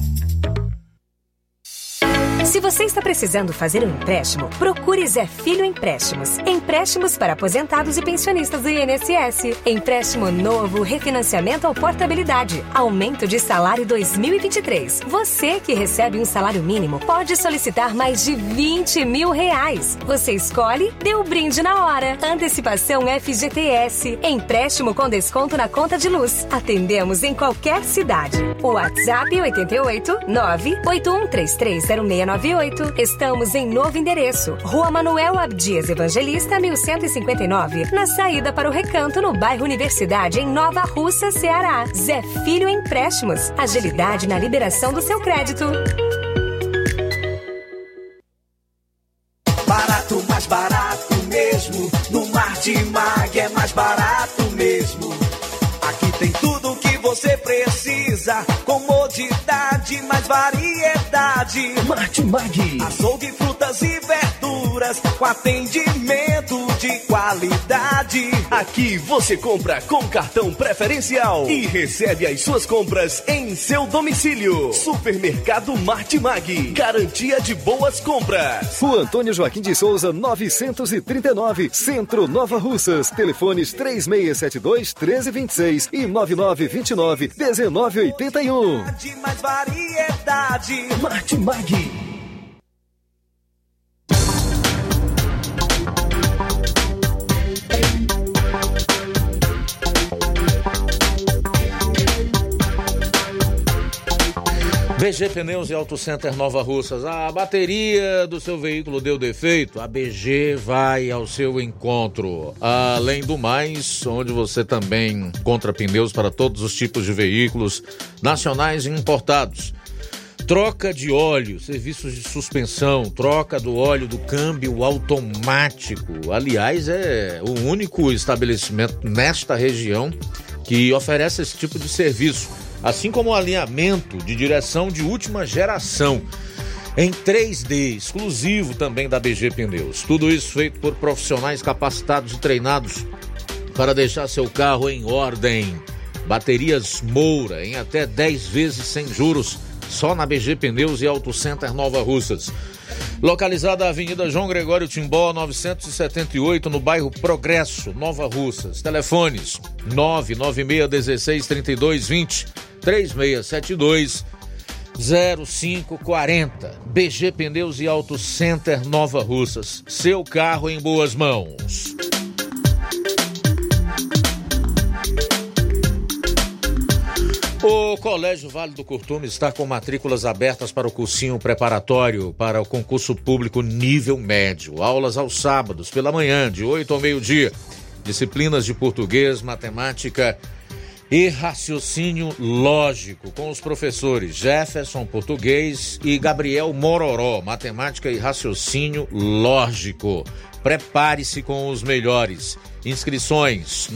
L: Se você está precisando fazer um empréstimo, procure Zé Filho Empréstimos. Empréstimos para aposentados e pensionistas do INSS. Empréstimo novo, refinanciamento ou portabilidade. Aumento de salário 2023. Você que recebe um salário mínimo pode solicitar mais de R$20 mil. Você escolhe, dê o brinde na hora. Antecipação FGTS. Empréstimo com desconto na conta de luz. Atendemos em qualquer cidade. O WhatsApp 88 981330698. Estamos em novo endereço, Rua Manuel Abdias Evangelista, 1159, na saída para o Recanto, no bairro Universidade, em Nova Russa, Ceará. Zé Filho Empréstimos. Agilidade na liberação do seu crédito.
W: Barato, mais barato mesmo. No Martimag é mais barato mesmo. Aqui tem tudo o que você precisa. Comodidade, mais variedade. Martimag. Açougue, frutas e verduras com atendimento de qualidade.
X: Aqui você compra com cartão preferencial e recebe as suas compras em seu domicílio. Supermercado Martimag. Garantia de boas compras.
Y: Rua Antônio Joaquim de Souza, 939, Centro, Nova Russas. Telefones 3672-1326 e 9929-1981.
W: De mais variedade.
X: Martimag.
B: BG Pneus e Auto Center Nova Russas. A bateria do seu veículo deu defeito? A BG vai ao seu encontro. Além do mais, onde você também encontra pneus para todos os tipos de veículos, nacionais e importados. Troca de óleo, serviços de suspensão, troca do óleo do câmbio automático. Aliás, é o único estabelecimento nesta região que oferece esse tipo de serviço. Assim como o alinhamento de direção de última geração em 3D, exclusivo também da BG Pneus. Tudo isso feito por profissionais capacitados e treinados para deixar seu carro em ordem. Baterias Moura em até 10 vezes sem juros, só na BG Pneus e Auto Center Nova Russas. Localizada na Avenida João Gregório Timbó, 978, no bairro Progresso, Nova Russas. Telefones 996163220, 3672-0540. BG Pneus e Auto Center Nova Russas. Seu carro em boas mãos. O Colégio Vale do Curtume está com matrículas abertas para o cursinho preparatório para o concurso público nível médio. Aulas aos sábados, pela manhã, de 8 ao meio-dia. Disciplinas de português, matemática e raciocínio lógico, com os professores Jefferson, português, e Gabriel Mororó, matemática e raciocínio lógico. Prepare-se com os melhores. Inscrições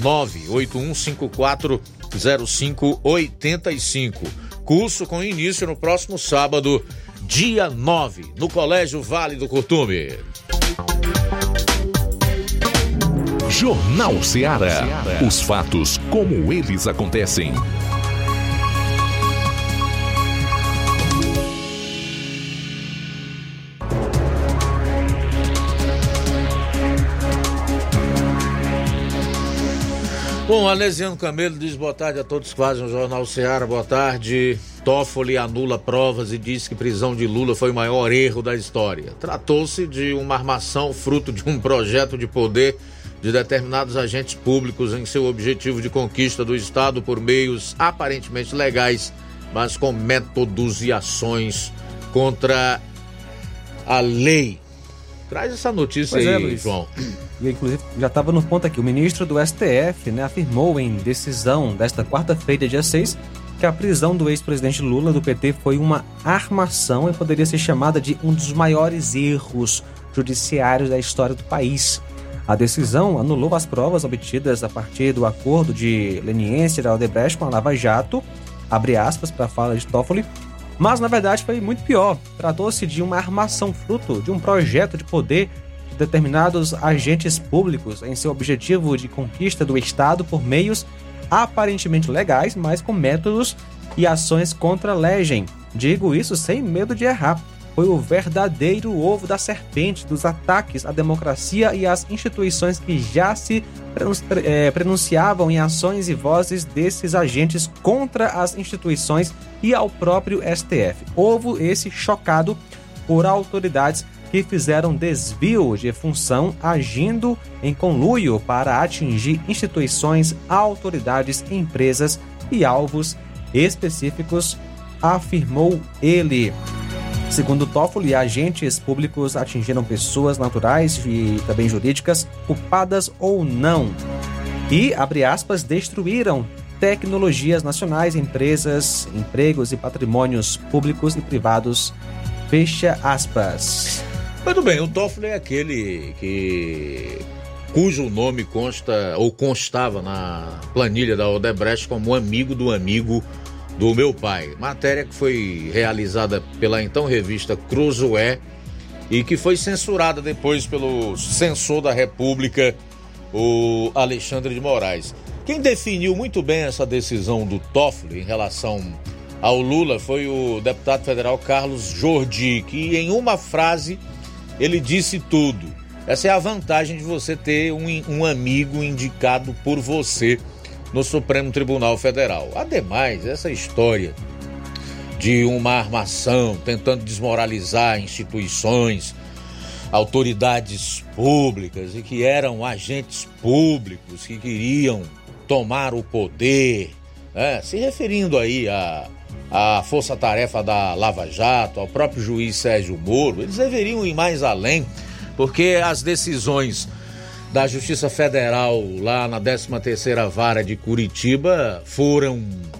B: 981540585. Curso com início no próximo sábado, dia 9, no Colégio Vale do Curtume.
A: Jornal Ceará. Os fatos como eles acontecem.
B: Bom, Alesiano Camelo diz boa tarde a todos que fazem o Jornal Ceará. Boa tarde. Toffoli anula provas e diz que prisão de Lula foi o maior erro da história. Tratou-se de uma armação fruto de um projeto de poder de determinados agentes públicos em seu objetivo de conquista do Estado por meios aparentemente legais, mas com métodos e ações contra a lei. Traz essa notícia aí,
C: Luiz.
B: João.
C: E, inclusive, já estava no ponto aqui. O ministro do STF, afirmou em decisão desta quarta-feira, dia 6, que a prisão do ex-presidente Lula do PT foi uma armação e poderia ser chamada de um dos maiores erros judiciários da história do país. A decisão anulou as provas obtidas a partir do acordo de leniência da Odebrecht com a Lava Jato, abre aspas para a fala de Toffoli, mas na verdade foi muito pior. Tratou-se de uma armação fruto de um projeto de poder de determinados agentes públicos em seu objetivo de conquista do Estado por meios aparentemente legais, mas com métodos e ações contra a legem. Digo isso sem medo de errar. Foi o verdadeiro ovo da serpente dos ataques à democracia e às instituições que já se pronunciavam em ações e vozes desses agentes contra as instituições e ao próprio STF. Ovo esse chocado por autoridades que fizeram desvio de função agindo em conluio para atingir instituições, autoridades, empresas e alvos específicos, afirmou ele. Segundo Toffoli, agentes públicos atingiram pessoas naturais e também jurídicas, culpadas ou não. E, abre aspas, destruíram tecnologias nacionais, empresas, empregos e patrimônios públicos e privados. Fecha aspas.
B: Muito bem, o Toffoli é aquele cujo nome constava na planilha da Odebrecht como amigo do meu pai. Matéria que foi realizada pela então revista Cruzoé e que foi censurada depois pelo censor da República, o Alexandre de Moraes. Quem definiu muito bem essa decisão do Toffoli em relação ao Lula foi o deputado federal Carlos Jordi, que em uma frase ele disse tudo. Essa é a vantagem de você ter um amigo indicado por você no Supremo Tribunal Federal. Ademais, essa história de uma armação tentando desmoralizar instituições, autoridades públicas e que eram agentes públicos que queriam tomar o poder, se referindo aí à força-tarefa da Lava Jato, ao próprio juiz Sérgio Moro, eles deveriam ir mais além, porque as decisões da Justiça Federal lá na 13ª Vara de Curitiba foram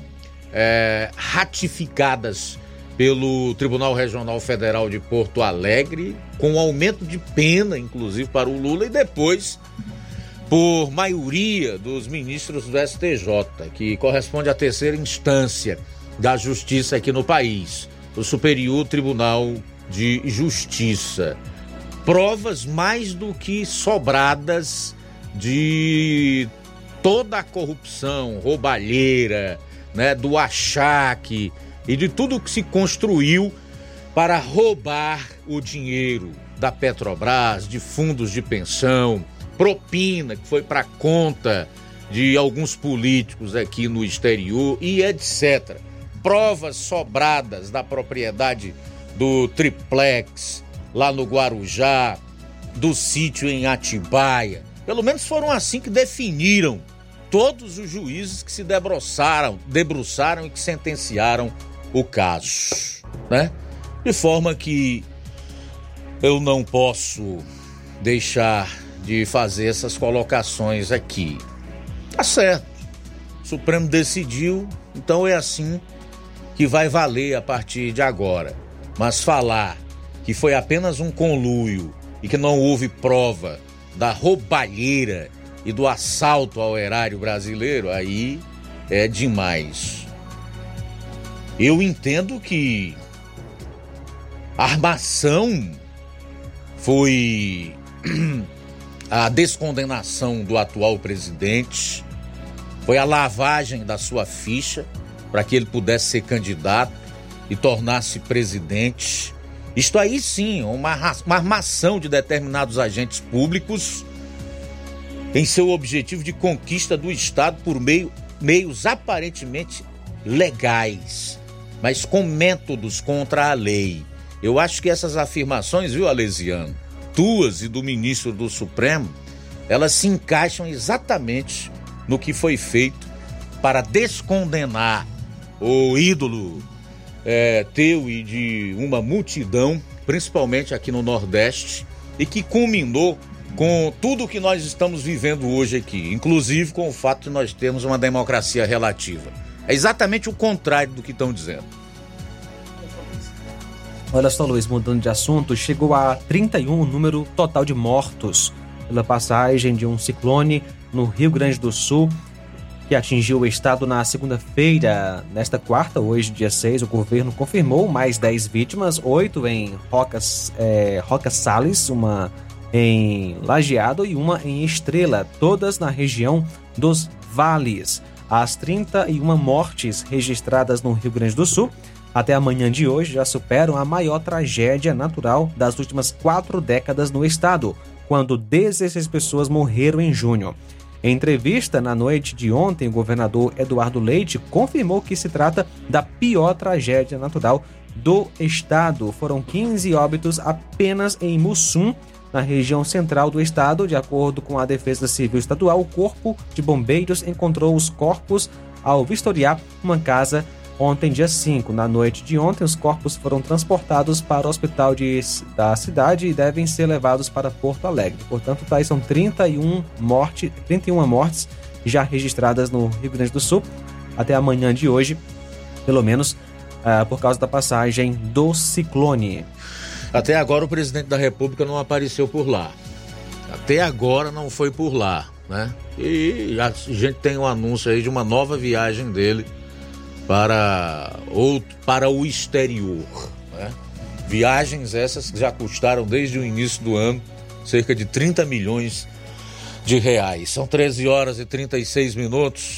B: ratificadas pelo Tribunal Regional Federal de Porto Alegre, com aumento de pena, inclusive, para o Lula, e depois por maioria dos ministros do STJ, que corresponde à terceira instância da justiça aqui no país, o Superior Tribunal de Justiça. Provas mais do que sobradas de toda a corrupção, roubalheira, né, do achaque e de tudo que se construiu para roubar o dinheiro da Petrobras, de fundos de pensão, propina que foi para conta de alguns políticos aqui no exterior e etc. Provas sobradas da propriedade do triplex lá no Guarujá, do sítio em Atibaia. Pelo menos foram assim que definiram todos os juízes que se debruçaram e que sentenciaram o caso, né? De forma que eu não posso deixar de fazer essas colocações aqui. Tá certo, o Supremo decidiu, então é assim que vai valer a partir de agora. Mas falar que foi apenas um conluio e que não houve prova da roubalheira e do assalto ao erário brasileiro, aí é demais. Eu entendo que a armação foi a descondenação do atual presidente, foi a lavagem da sua ficha para que ele pudesse ser candidato e tornar-se presidente. Isto aí sim, uma armação de determinados agentes públicos em seu objetivo de conquista do Estado por meios aparentemente legais, mas com métodos contra a lei. Eu acho que essas afirmações, viu, Alesiano, tuas e do ministro do Supremo, elas se encaixam exatamente no que foi feito para descondenar o ídolo teu e de uma multidão, principalmente aqui no Nordeste, e que culminou com tudo que nós estamos vivendo hoje aqui, inclusive com o fato de nós termos uma democracia relativa. É exatamente o contrário do que estão dizendo.
C: Olha só, Luiz, mudando de assunto, chegou a 31 o número total de mortos pela passagem de um ciclone no Rio Grande do Sul, que atingiu o estado na segunda-feira. Nesta quarta, hoje, dia 6, o governo confirmou mais 10 vítimas, 8 em Rocas Sales, uma em Lajeado e uma em Estrela, todas na região dos Vales. As 31 mortes registradas no Rio Grande do Sul até a manhã de hoje já superam a maior tragédia natural das últimas 4 décadas no estado, quando 16 pessoas morreram em junho. Em entrevista na noite de ontem, o governador Eduardo Leite confirmou que se trata da pior tragédia natural do estado. Foram 15 óbitos apenas em Mussum, na região central do estado. De acordo com a Defesa Civil Estadual, o Corpo de Bombeiros encontrou os corpos ao vistoriar uma casa ontem, dia 5. Na noite de ontem, os corpos foram transportados para o hospital da cidade e devem ser levados para Porto Alegre. Portanto, aí são 31 mortes já registradas no Rio Grande do Sul até a manhã de hoje, pelo menos por causa da passagem do ciclone.
B: Até agora o presidente da República não apareceu por lá. Até agora não foi por lá, né? E a gente tem um anúncio aí de uma nova viagem dele para o exterior, né? Viagens essas que já custaram desde o início do ano cerca de 30 milhões de reais. São 13 horas e 36 minutos,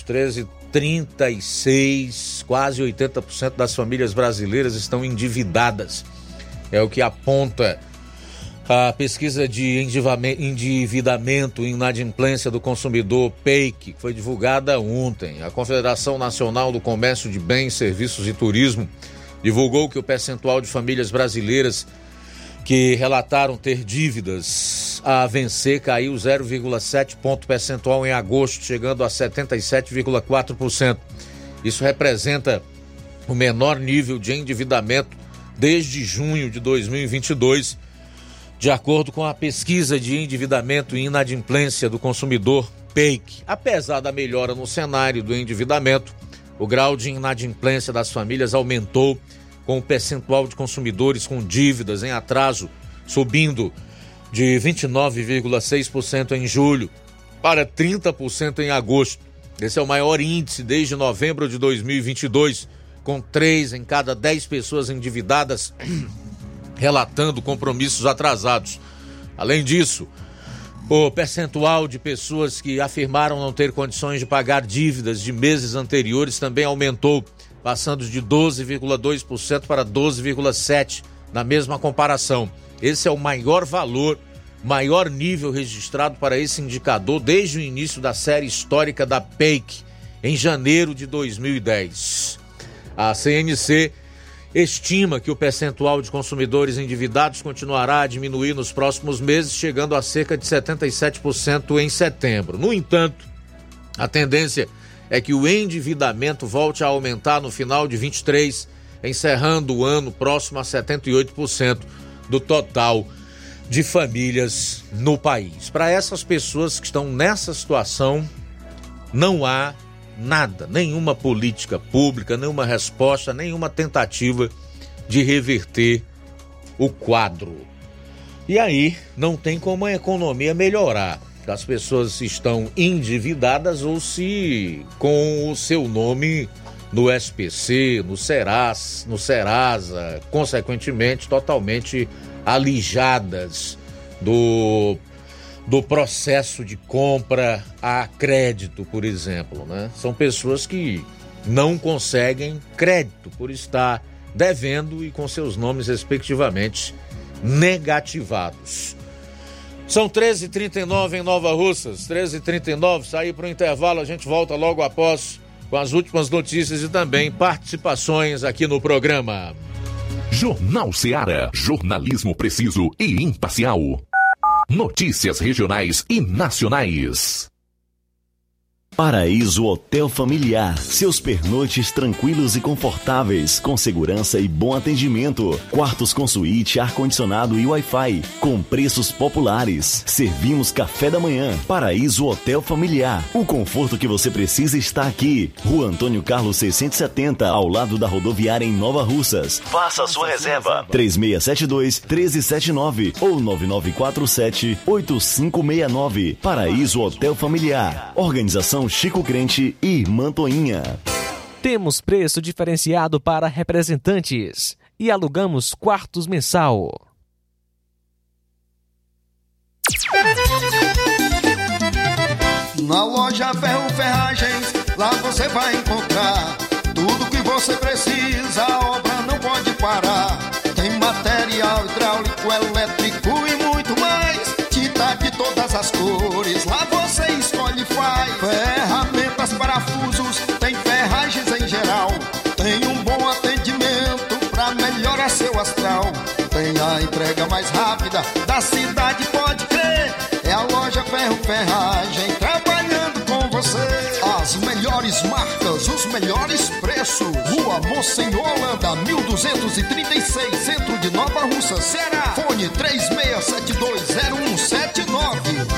B: 13h36, quase 80% das famílias brasileiras estão endividadas. É o que aponta a pesquisa de endividamento e inadimplência do consumidor PEIC, que foi divulgada ontem. A Confederação Nacional do Comércio de Bens, Serviços e Turismo divulgou que o percentual de famílias brasileiras que relataram ter dívidas a vencer caiu 0,7 ponto percentual em agosto, chegando a 77,4%. Isso representa o menor nível de endividamento desde junho de 2022, de acordo com a pesquisa de endividamento e inadimplência do consumidor PEIC. Apesar da melhora no cenário do endividamento, o grau de inadimplência das famílias aumentou, com o percentual de consumidores com dívidas em atraso subindo de 29,6% em julho para 30% em agosto. Esse é o maior índice desde novembro de 2022, com 3 em cada 10 pessoas endividadas relatando compromissos atrasados. Além disso, O percentual de pessoas que afirmaram não ter condições de pagar dívidas de meses anteriores também aumentou, passando de 12,2% para 12,7% na mesma comparação. Esse é o maior nível registrado para esse indicador desde o início da série histórica da PEIC, em janeiro de 2010. A CNC estima que o percentual de consumidores endividados continuará a diminuir nos próximos meses, chegando a cerca de 77% em setembro. No entanto, a tendência é que o endividamento volte a aumentar no final de 23, encerrando o ano próximo a 78% do total de famílias no país. Para essas pessoas que estão nessa situação, não há nada, nenhuma política pública, nenhuma resposta, nenhuma tentativa de reverter o quadro. E aí não tem como a economia melhorar. As pessoas estão endividadas ou se com o seu nome no SPC, no Serasa, consequentemente totalmente alijadas do processo de compra a crédito, por exemplo, né? São pessoas que não conseguem crédito por estar devendo e com seus nomes respectivamente negativados. São 13h39 em Nova Russas, 13h39, sair para o intervalo, a gente volta logo após com as últimas notícias e também participações aqui no programa.
A: Jornal Ceará, jornalismo preciso e imparcial. Notícias regionais e nacionais.
I: Paraíso Hotel Familiar, seus pernoites tranquilos e confortáveis, com segurança e bom atendimento, quartos com suíte, ar-condicionado e Wi-Fi, com preços populares. Servimos café da manhã. Paraíso Hotel Familiar, o conforto que você precisa está aqui. Rua Antônio Carlos 670, ao lado da rodoviária em Nova Russas. Faça a sua reserva. 3672-1379 ou 9947-8569. Paraíso Hotel Familiar. Organização Chico Crente e Mantoinha.
C: Temos preço diferenciado para representantes e alugamos quartos mensal.
V: Na loja Ferro Ferragens, lá você vai encontrar tudo que você precisa, a obra não pode parar. Tem material hidráulico, elétrico e muito mais. Tinta de todas as cores, lá você escolhe e faz. Ferramentas, parafusos, tem ferragens em geral. Tem um bom atendimento pra melhorar seu astral. Tem a entrega mais rápida da cidade, pode crer. É a loja Ferro Ferragem trabalhando com você. As melhores marcas, os melhores preços. Rua Monsenhor Holanda, 1236, centro de Nova Russa, Ceará. Fone 36720179.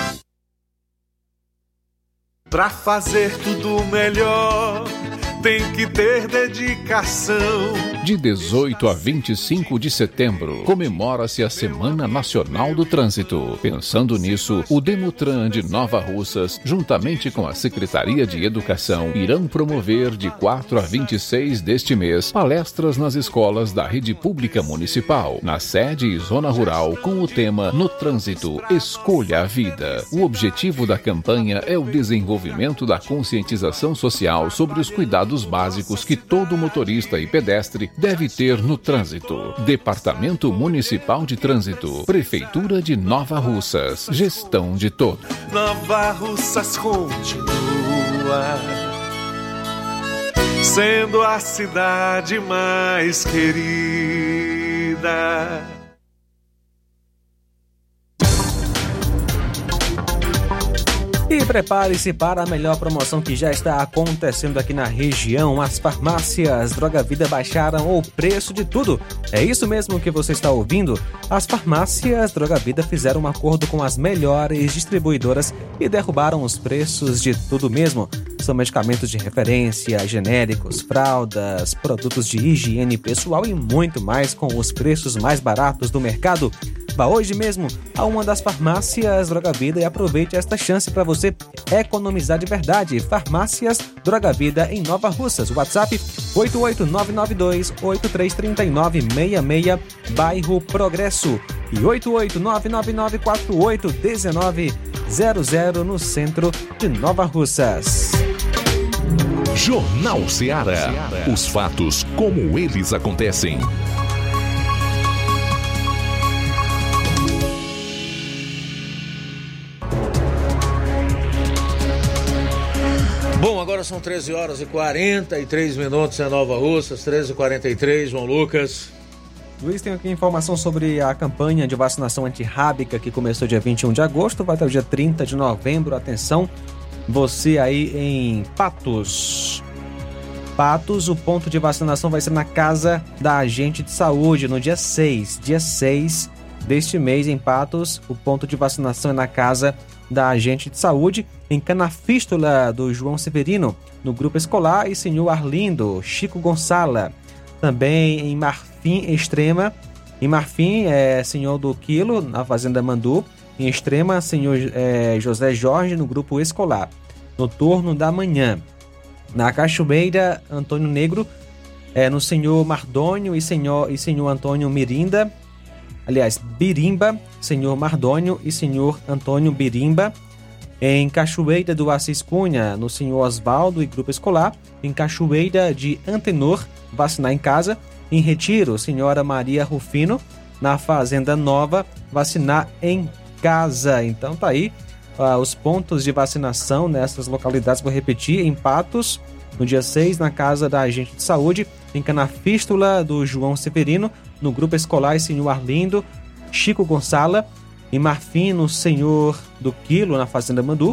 R: Pra fazer tudo melhor, tem que ter dedicação.
S: De 18 a 25 de setembro, comemora-se a Semana Nacional do Trânsito. Pensando nisso, o Demutran de Nova Russas, juntamente com a Secretaria de Educação, irão promover de 4 a 26 deste mês palestras nas escolas da rede pública municipal, na sede e zona rural, com o tema No Trânsito, Escolha a Vida. O objetivo da campanha é o desenvolvimento da conscientização social sobre os cuidados básicos que todo motorista e pedestre deve ter no trânsito. Departamento Municipal de Trânsito, Prefeitura de Nova Russas, gestão de todos.
R: Nova Russas continua sendo a cidade mais querida.
C: E prepare-se para a melhor promoção que já está acontecendo aqui na região. As farmácias Droga Vida baixaram o preço de tudo. É isso mesmo que você está ouvindo? As farmácias Droga Vida fizeram um acordo com as melhores distribuidoras e derrubaram os preços de tudo mesmo. São medicamentos de referência, genéricos, fraldas, produtos de higiene pessoal e muito mais com os preços mais baratos do mercado. Vá hoje mesmo a uma das farmácias Droga Vida e aproveite esta chance para você economizar de verdade. Farmácias Droga Vida em Nova Russas. WhatsApp 88992-833966, bairro Progresso. E 889994819 00 no centro de Nova Russas.
A: Jornal Ceará. Os fatos como eles acontecem.
B: Bom, agora são 13 horas e 43 minutos em Nova Russas, 13h43, João Lucas.
C: Luiz, tem aqui informação sobre a campanha de vacinação antirrábica que começou dia 21 de agosto, vai até o dia 30 de novembro. Atenção, você aí em Patos. Patos, o ponto de vacinação vai ser na casa da agente de saúde no dia 6. Dia 6 deste mês em Patos, o ponto de vacinação é na casa da agente de saúde, em Canafístula do João Severino, no grupo escolar, e senhor Arlindo Chico Gonçala. Também em Marfim Extrema, em Marfim é senhor do Quilo, na Fazenda Mandu. Em Extrema, senhor José Jorge, no grupo escolar, no turno da manhã. Na Cachoeira, Antônio Negro, no senhor Mardônio e senhor Antônio Mirinda. Aliás, Birimba, senhor Mardônio e senhor Antônio Birimba. Em Cachoeira do Assis Cunha, no senhor Osvaldo e grupo escolar. Em Cachoeira de Antenor, vacinar em casa. Em Retiro, senhora Maria Rufino. Na Fazenda Nova, vacinar em casa. Então tá aí os pontos de vacinação nessas localidades. Vou repetir: em Patos, no dia 6, na casa da agente de saúde. Em Canafístula do João Severino, no grupo escolar, e senhor Arlindo Chico Gonçala. Em Marfim, no senhor do Quilo, na Fazenda Mandu.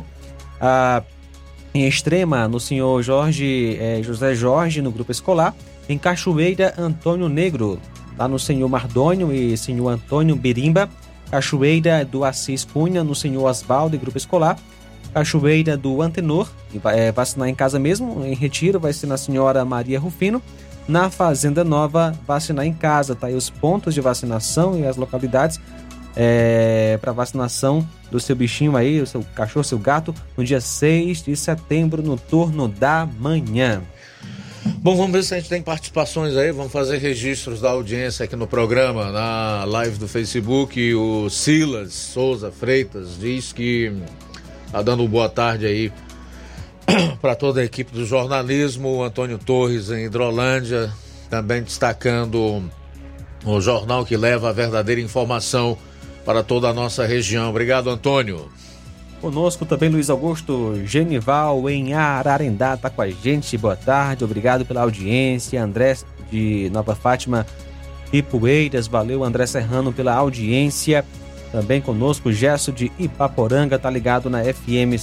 C: Em Extrema, no senhor José Jorge, no grupo escolar. Em Cachoeira, Antônio Negro, lá no senhor Mardônio e senhor Antônio Birimba. Cachoeira do Assis Cunha, no senhor Osvaldo e grupo escolar. Cachoeira do Antenor, vacinar em casa mesmo. Em Retiro, vai ser na senhora Maria Rufino. Na Fazenda Nova, vacinar em casa. Tá aí os pontos de vacinação e as localidades para vacinação do seu bichinho aí, o seu cachorro, seu gato, no dia 6 de setembro, no turno da manhã.
B: Bom, vamos ver se a gente tem participações aí, vamos fazer registros da audiência aqui no programa, na live do Facebook. O Silas Souza Freitas diz que tá dando boa tarde aí para toda a equipe do jornalismo. O Antônio Torres em Hidrolândia, também destacando o jornal que leva a verdadeira informação para toda a nossa região. Obrigado, Antônio.
C: Conosco também Luiz Augusto Genival em Ararendá, está com a gente. Boa tarde, obrigado pela audiência. André de Nova Fátima e Poeiras, valeu. André Serrano pela audiência. Também conosco Gesso de Ipaporanga, tá ligado na FM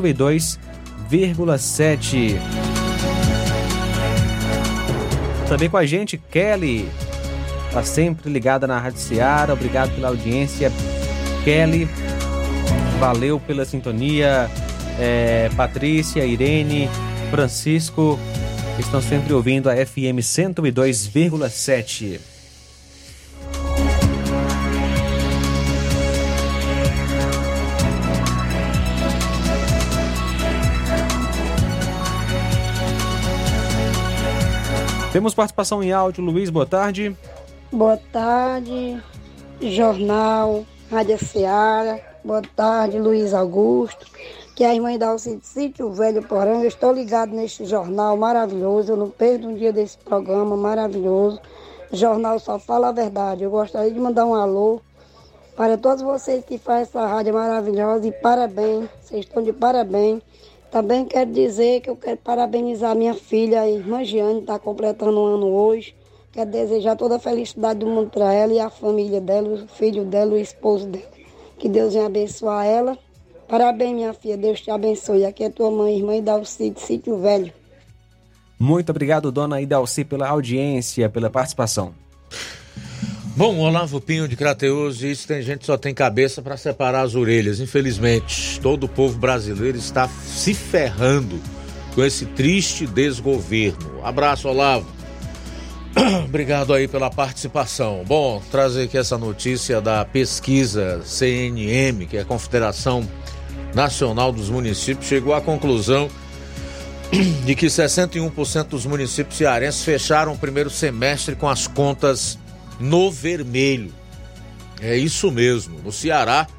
C: 102,7. Também com a gente Kelly, tá sempre ligada na Rádio Ceará. Obrigado pela audiência, Kelly. Valeu pela sintonia. Patrícia, Irene, Francisco estão sempre ouvindo a FM 102,7. Temos participação em áudio. Luiz, boa tarde.
M: Boa tarde, Jornal Rádio Ceará. Boa tarde, Luiz Augusto. Que é a irmã Dalci de Sítio Velho Poranga. Estou ligado neste jornal maravilhoso. Eu não perdo um dia desse programa maravilhoso. O jornal só fala a verdade. Eu gostaria de mandar um alô para todos vocês que fazem essa rádio maravilhosa. E parabéns, vocês estão de parabéns. Também quero dizer que eu quero parabenizar minha filha, a irmã Giane, está completando um ano hoje. Quero desejar toda a felicidade do mundo para ela e a família dela, o filho dela, o esposo dela. Que Deus venha abençoar ela. Parabéns, minha filha. Deus te abençoe. Aqui é tua mãe, irmã Idalci, de Sítio Velho.
C: Muito obrigado, dona Idalci, pela audiência, pela participação.
B: Bom, o Olavo Pinho de Crateús diz que tem gente que só tem cabeça para separar as orelhas. Infelizmente, todo o povo brasileiro está se ferrando com esse triste desgoverno. Abraço, Olavo. Obrigado aí pela participação. Bom, trazer aqui essa notícia da pesquisa CNM, que é a Confederação Nacional dos Municípios, chegou à conclusão de que 61% dos municípios cearenses fecharam o primeiro semestre com as contas no vermelho. É isso mesmo. No Ceará,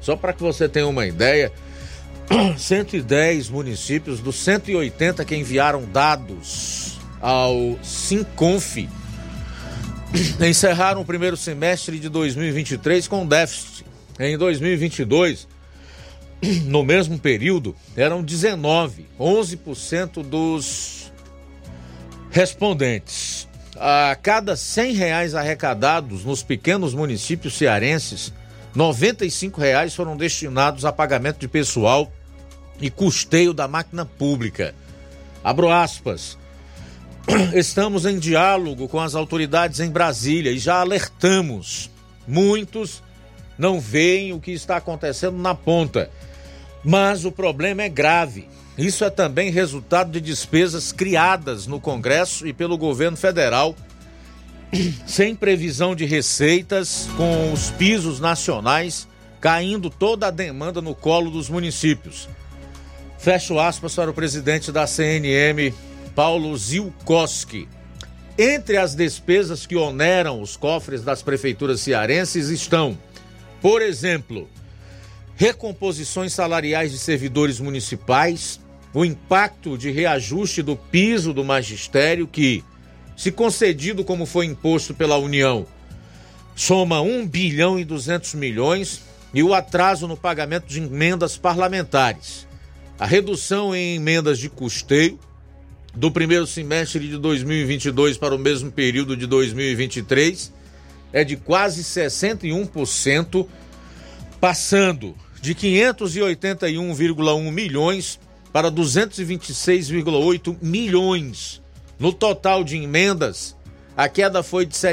B: Só para que você tenha uma ideia, 110 municípios dos 180 que enviaram dados ao Sinconf encerraram o primeiro semestre de 2023 com déficit. Em 2022, no mesmo período, eram 11% dos respondentes. A cada R$100 arrecadados nos pequenos municípios cearenses, R$95 foram destinados a pagamento de pessoal e custeio da máquina pública. Abro aspas. Estamos em diálogo com as autoridades em Brasília e já alertamos. Muitos não veem o que está acontecendo na ponta, mas o problema é grave. Isso é também resultado de despesas criadas no Congresso e pelo governo federal, sem previsão de receitas, com os pisos nacionais caindo toda a demanda no colo dos municípios. Fecho aspas para o presidente da CNM, Paulo Zilkowski. Entre as despesas que oneram os cofres das prefeituras cearenses estão, por exemplo, recomposições salariais de servidores municipais, o impacto de reajuste do piso do magistério que, se concedido como foi imposto pela União, soma 1 bilhão e 200 milhões e o atraso no pagamento de emendas parlamentares. A redução em emendas de custeio do primeiro semestre de 2022 para o mesmo período de 2023 é de quase 61%, passando de 581,1 milhões para 226,8 milhões. No total de emendas, a queda foi de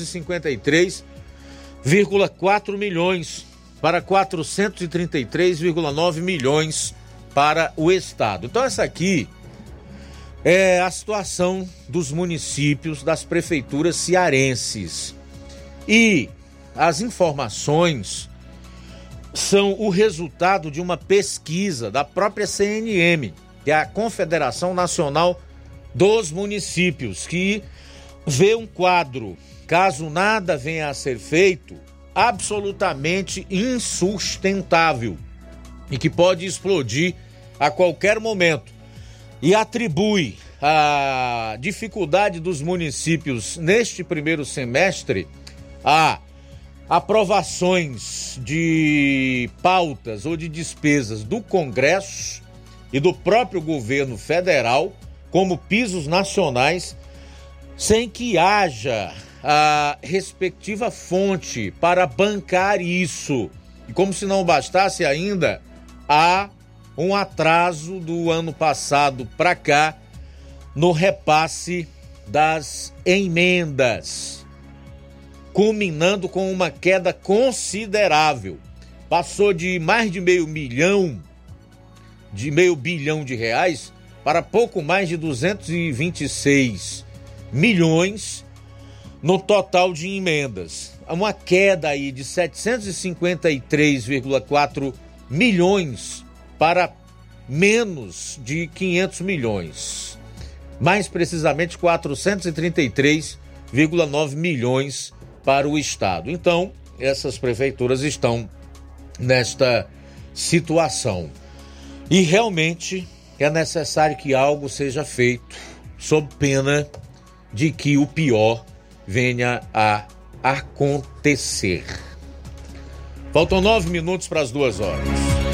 B: 753,4 milhões para 433,9 milhões para o Estado. Então essa aqui é a situação dos municípios, das prefeituras cearenses. E as informações são o resultado de uma pesquisa da própria CNM, que é a Confederação Nacional dos Municípios, que vê um quadro, caso nada venha a ser feito, absolutamente insustentável e que pode explodir a qualquer momento, e atribui a dificuldade dos municípios neste primeiro semestre a aprovações de pautas ou de despesas do Congresso e do próprio governo federal, como pisos nacionais, sem que haja a respectiva fonte para bancar isso. E como se não bastasse ainda, há um atraso do ano passado para cá no repasse das emendas, culminando com uma queda considerável. Passou de mais de meio bilhão de reais para pouco mais de 226 milhões no total de emendas. Uma queda aí de 753,4 milhões para menos de 500 milhões. Mais precisamente 433,9 milhões para o Estado. Então, essas prefeituras estão nesta situação. E realmente é necessário que algo seja feito, sob pena de que o pior venha a acontecer. Faltam 9 minutos para as 2 horas.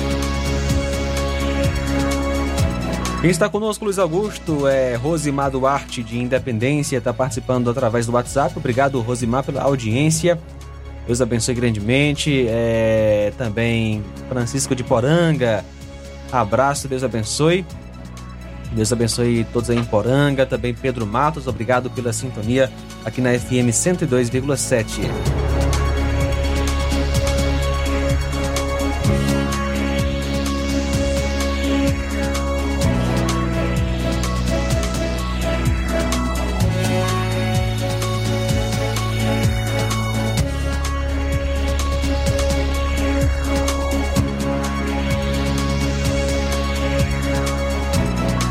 C: Quem está conosco, Luiz Augusto, é Rosimar Duarte, de Independência, está participando através do WhatsApp. Obrigado, Rosimar, pela audiência. Deus abençoe grandemente. Também Francisco de Poranga, abraço, Deus abençoe. Deus abençoe todos aí em Poranga. Também Pedro Matos, obrigado pela sintonia aqui na FM 102,7.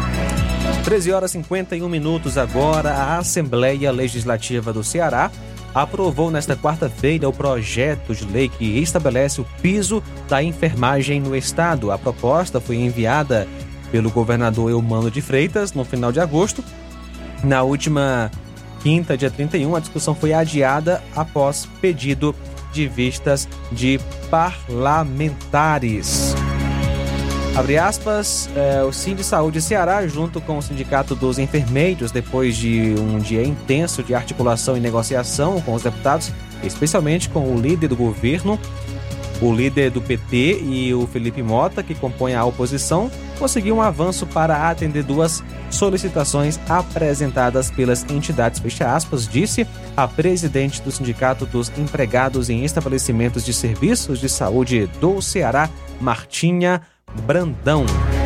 C: 13 horas e 51 minutos agora. A Assembleia Legislativa do Ceará aprovou nesta quarta-feira o projeto de lei que estabelece o piso da enfermagem no estado. A proposta foi enviada pelo governador Eumano de Freitas no final de agosto. Na última quinta, dia 31, a discussão foi adiada após pedido de vistas de parlamentares. Abre aspas, o Sindisaúde Ceará, junto com o Sindicato dos Enfermeiros, depois de um dia intenso de articulação e negociação com os deputados, especialmente com o líder do governo, o líder do PT e o Felipe Mota, que compõe a oposição, conseguiu um avanço para atender duas solicitações apresentadas pelas entidades, fecha aspas, disse a presidente do Sindicato dos Empregados em Estabelecimentos de Serviços de Saúde do Ceará, Martinha Brandão.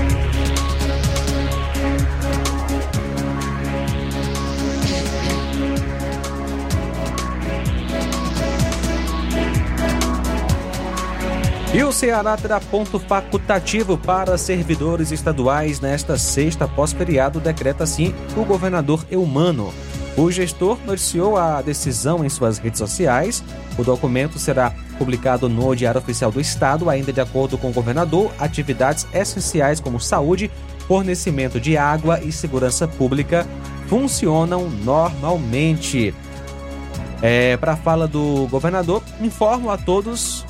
C: E o Ceará terá ponto facultativo para servidores estaduais nesta sexta, após feriado, decreta assim o governador Eumano. O gestor noticiou a decisão em suas redes sociais. O documento será publicado no Diário Oficial do Estado. Ainda de acordo com o governador, atividades essenciais como saúde, fornecimento de água e segurança pública funcionam normalmente. Para a fala do governador, informo a todas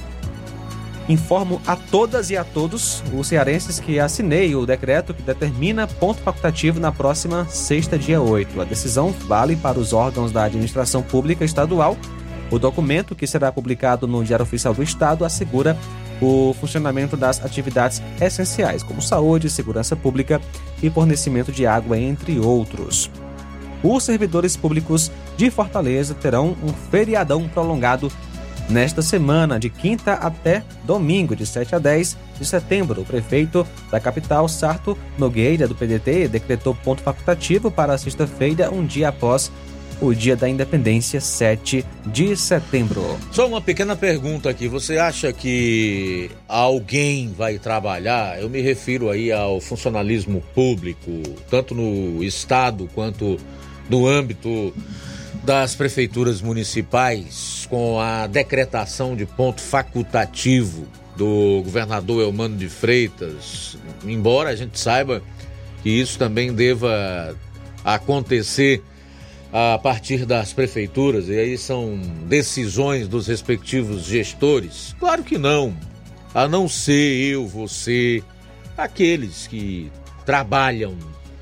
C: e a todos os cearenses que assinei o decreto que determina ponto facultativo na próxima sexta, dia 8. A decisão vale para os órgãos da administração pública estadual. O documento, que será publicado no Diário Oficial do Estado, assegura o funcionamento das atividades essenciais, como saúde, segurança pública e fornecimento de água, entre outros. Os servidores públicos de Fortaleza terão um feriadão prolongado nesta semana, de quinta até domingo, de 7 a 10 de setembro. O prefeito da capital, Sarto Nogueira, do PDT, decretou ponto facultativo para sexta-feira, um dia após o Dia da Independência, 7 de setembro.
B: Só uma pequena pergunta aqui. Você acha que alguém vai trabalhar? Eu me refiro aí ao funcionalismo público, tanto no estado quanto no âmbito das prefeituras municipais, com a decretação de ponto facultativo do governador Eumano de Freitas, embora a gente saiba que isso também deva acontecer a partir das prefeituras, e aí são decisões dos respectivos gestores. Claro que não, a não ser eu, você, aqueles que trabalham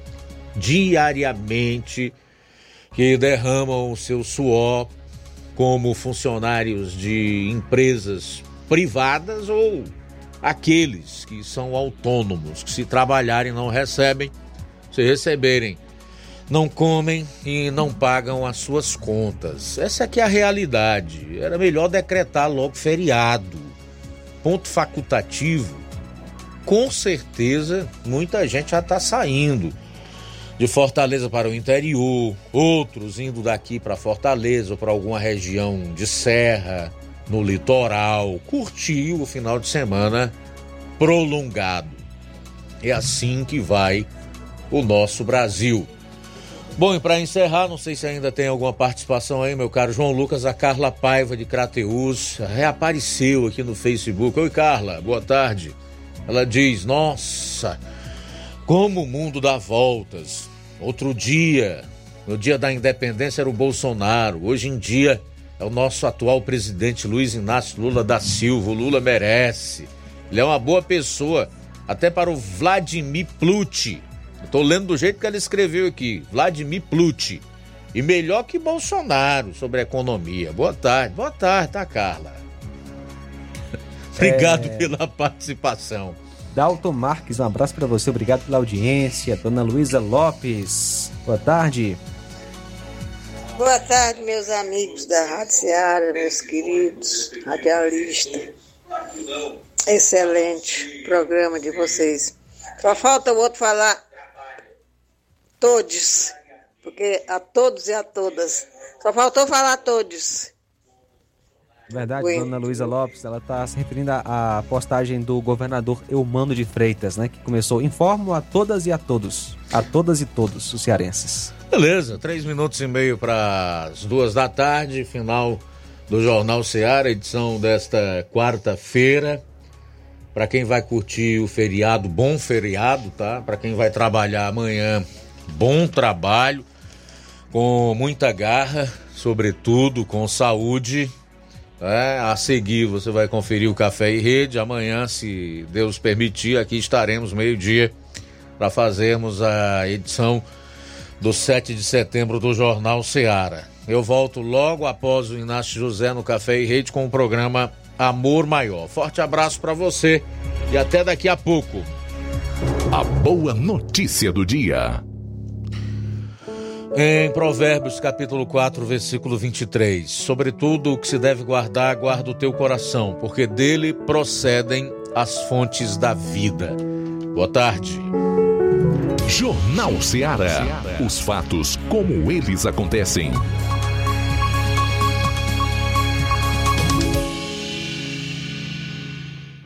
B: diariamente, que derramam o seu suor como funcionários de empresas privadas, ou aqueles que são autônomos, que se trabalharem não recebem, se receberem não comem e não pagam as suas contas. Essa aqui é a realidade. Era melhor decretar logo feriado, ponto facultativo. Com certeza muita gente já está saindo de Fortaleza para o interior, outros indo daqui para Fortaleza ou para alguma região de serra, no litoral, curtir o final de semana prolongado. É assim que vai o nosso Brasil. Bom, e para encerrar, não sei se ainda tem alguma participação aí, meu caro João Lucas, a Carla Paiva de Crateús reapareceu aqui no Facebook. Oi, Carla, boa tarde. Ela diz: nossa, como o mundo dá voltas. Outro dia, no dia da independência, era o Bolsonaro. Hoje em dia é o nosso atual presidente Luiz Inácio Lula da Silva. O Lula merece. Ele é uma boa pessoa, até para o Vladimir Putin. Estou lendo do jeito que ela escreveu aqui, Vladimir Putin. E melhor que Bolsonaro sobre a economia. Boa tarde, tá, Carla? Obrigado pela participação.
C: Dalton Marques, um abraço para você, obrigado pela audiência. Dona Luísa Lopes, boa tarde.
J: Boa tarde, meus amigos da Rádio Ceará, meus queridos radialistas. Excelente programa de vocês. Só falta o outro falar todos, porque a todos e a todas. Só faltou falar todos.
C: Verdade,
J: Oi.
C: dona Luísa Lopes, ela está se referindo à postagem do governador Eumano de Freitas, né? Que começou, informo a todas e todos os cearenses.
B: Beleza, 3 minutos e meio para as 2 da tarde, final do Jornal Seara, edição desta quarta-feira. Para quem vai curtir o feriado, bom feriado, tá? Para quem vai trabalhar amanhã, bom trabalho, com muita garra, sobretudo com saúde. A seguir você vai conferir o Café e Rede. Amanhã, se Deus permitir, aqui estaremos meio-dia para fazermos a edição do 7 de setembro do Jornal Seara. Eu volto logo após o Inácio José no Café e Rede com o programa Amor Maior. Forte abraço para você e até daqui a pouco.
A: A boa notícia do dia.
B: Em Provérbios capítulo 4, versículo 23, sobretudo o que se deve guardar, guarda o teu coração, porque dele procedem as fontes da vida. Boa tarde.
A: Jornal Seara. Os fatos como eles acontecem.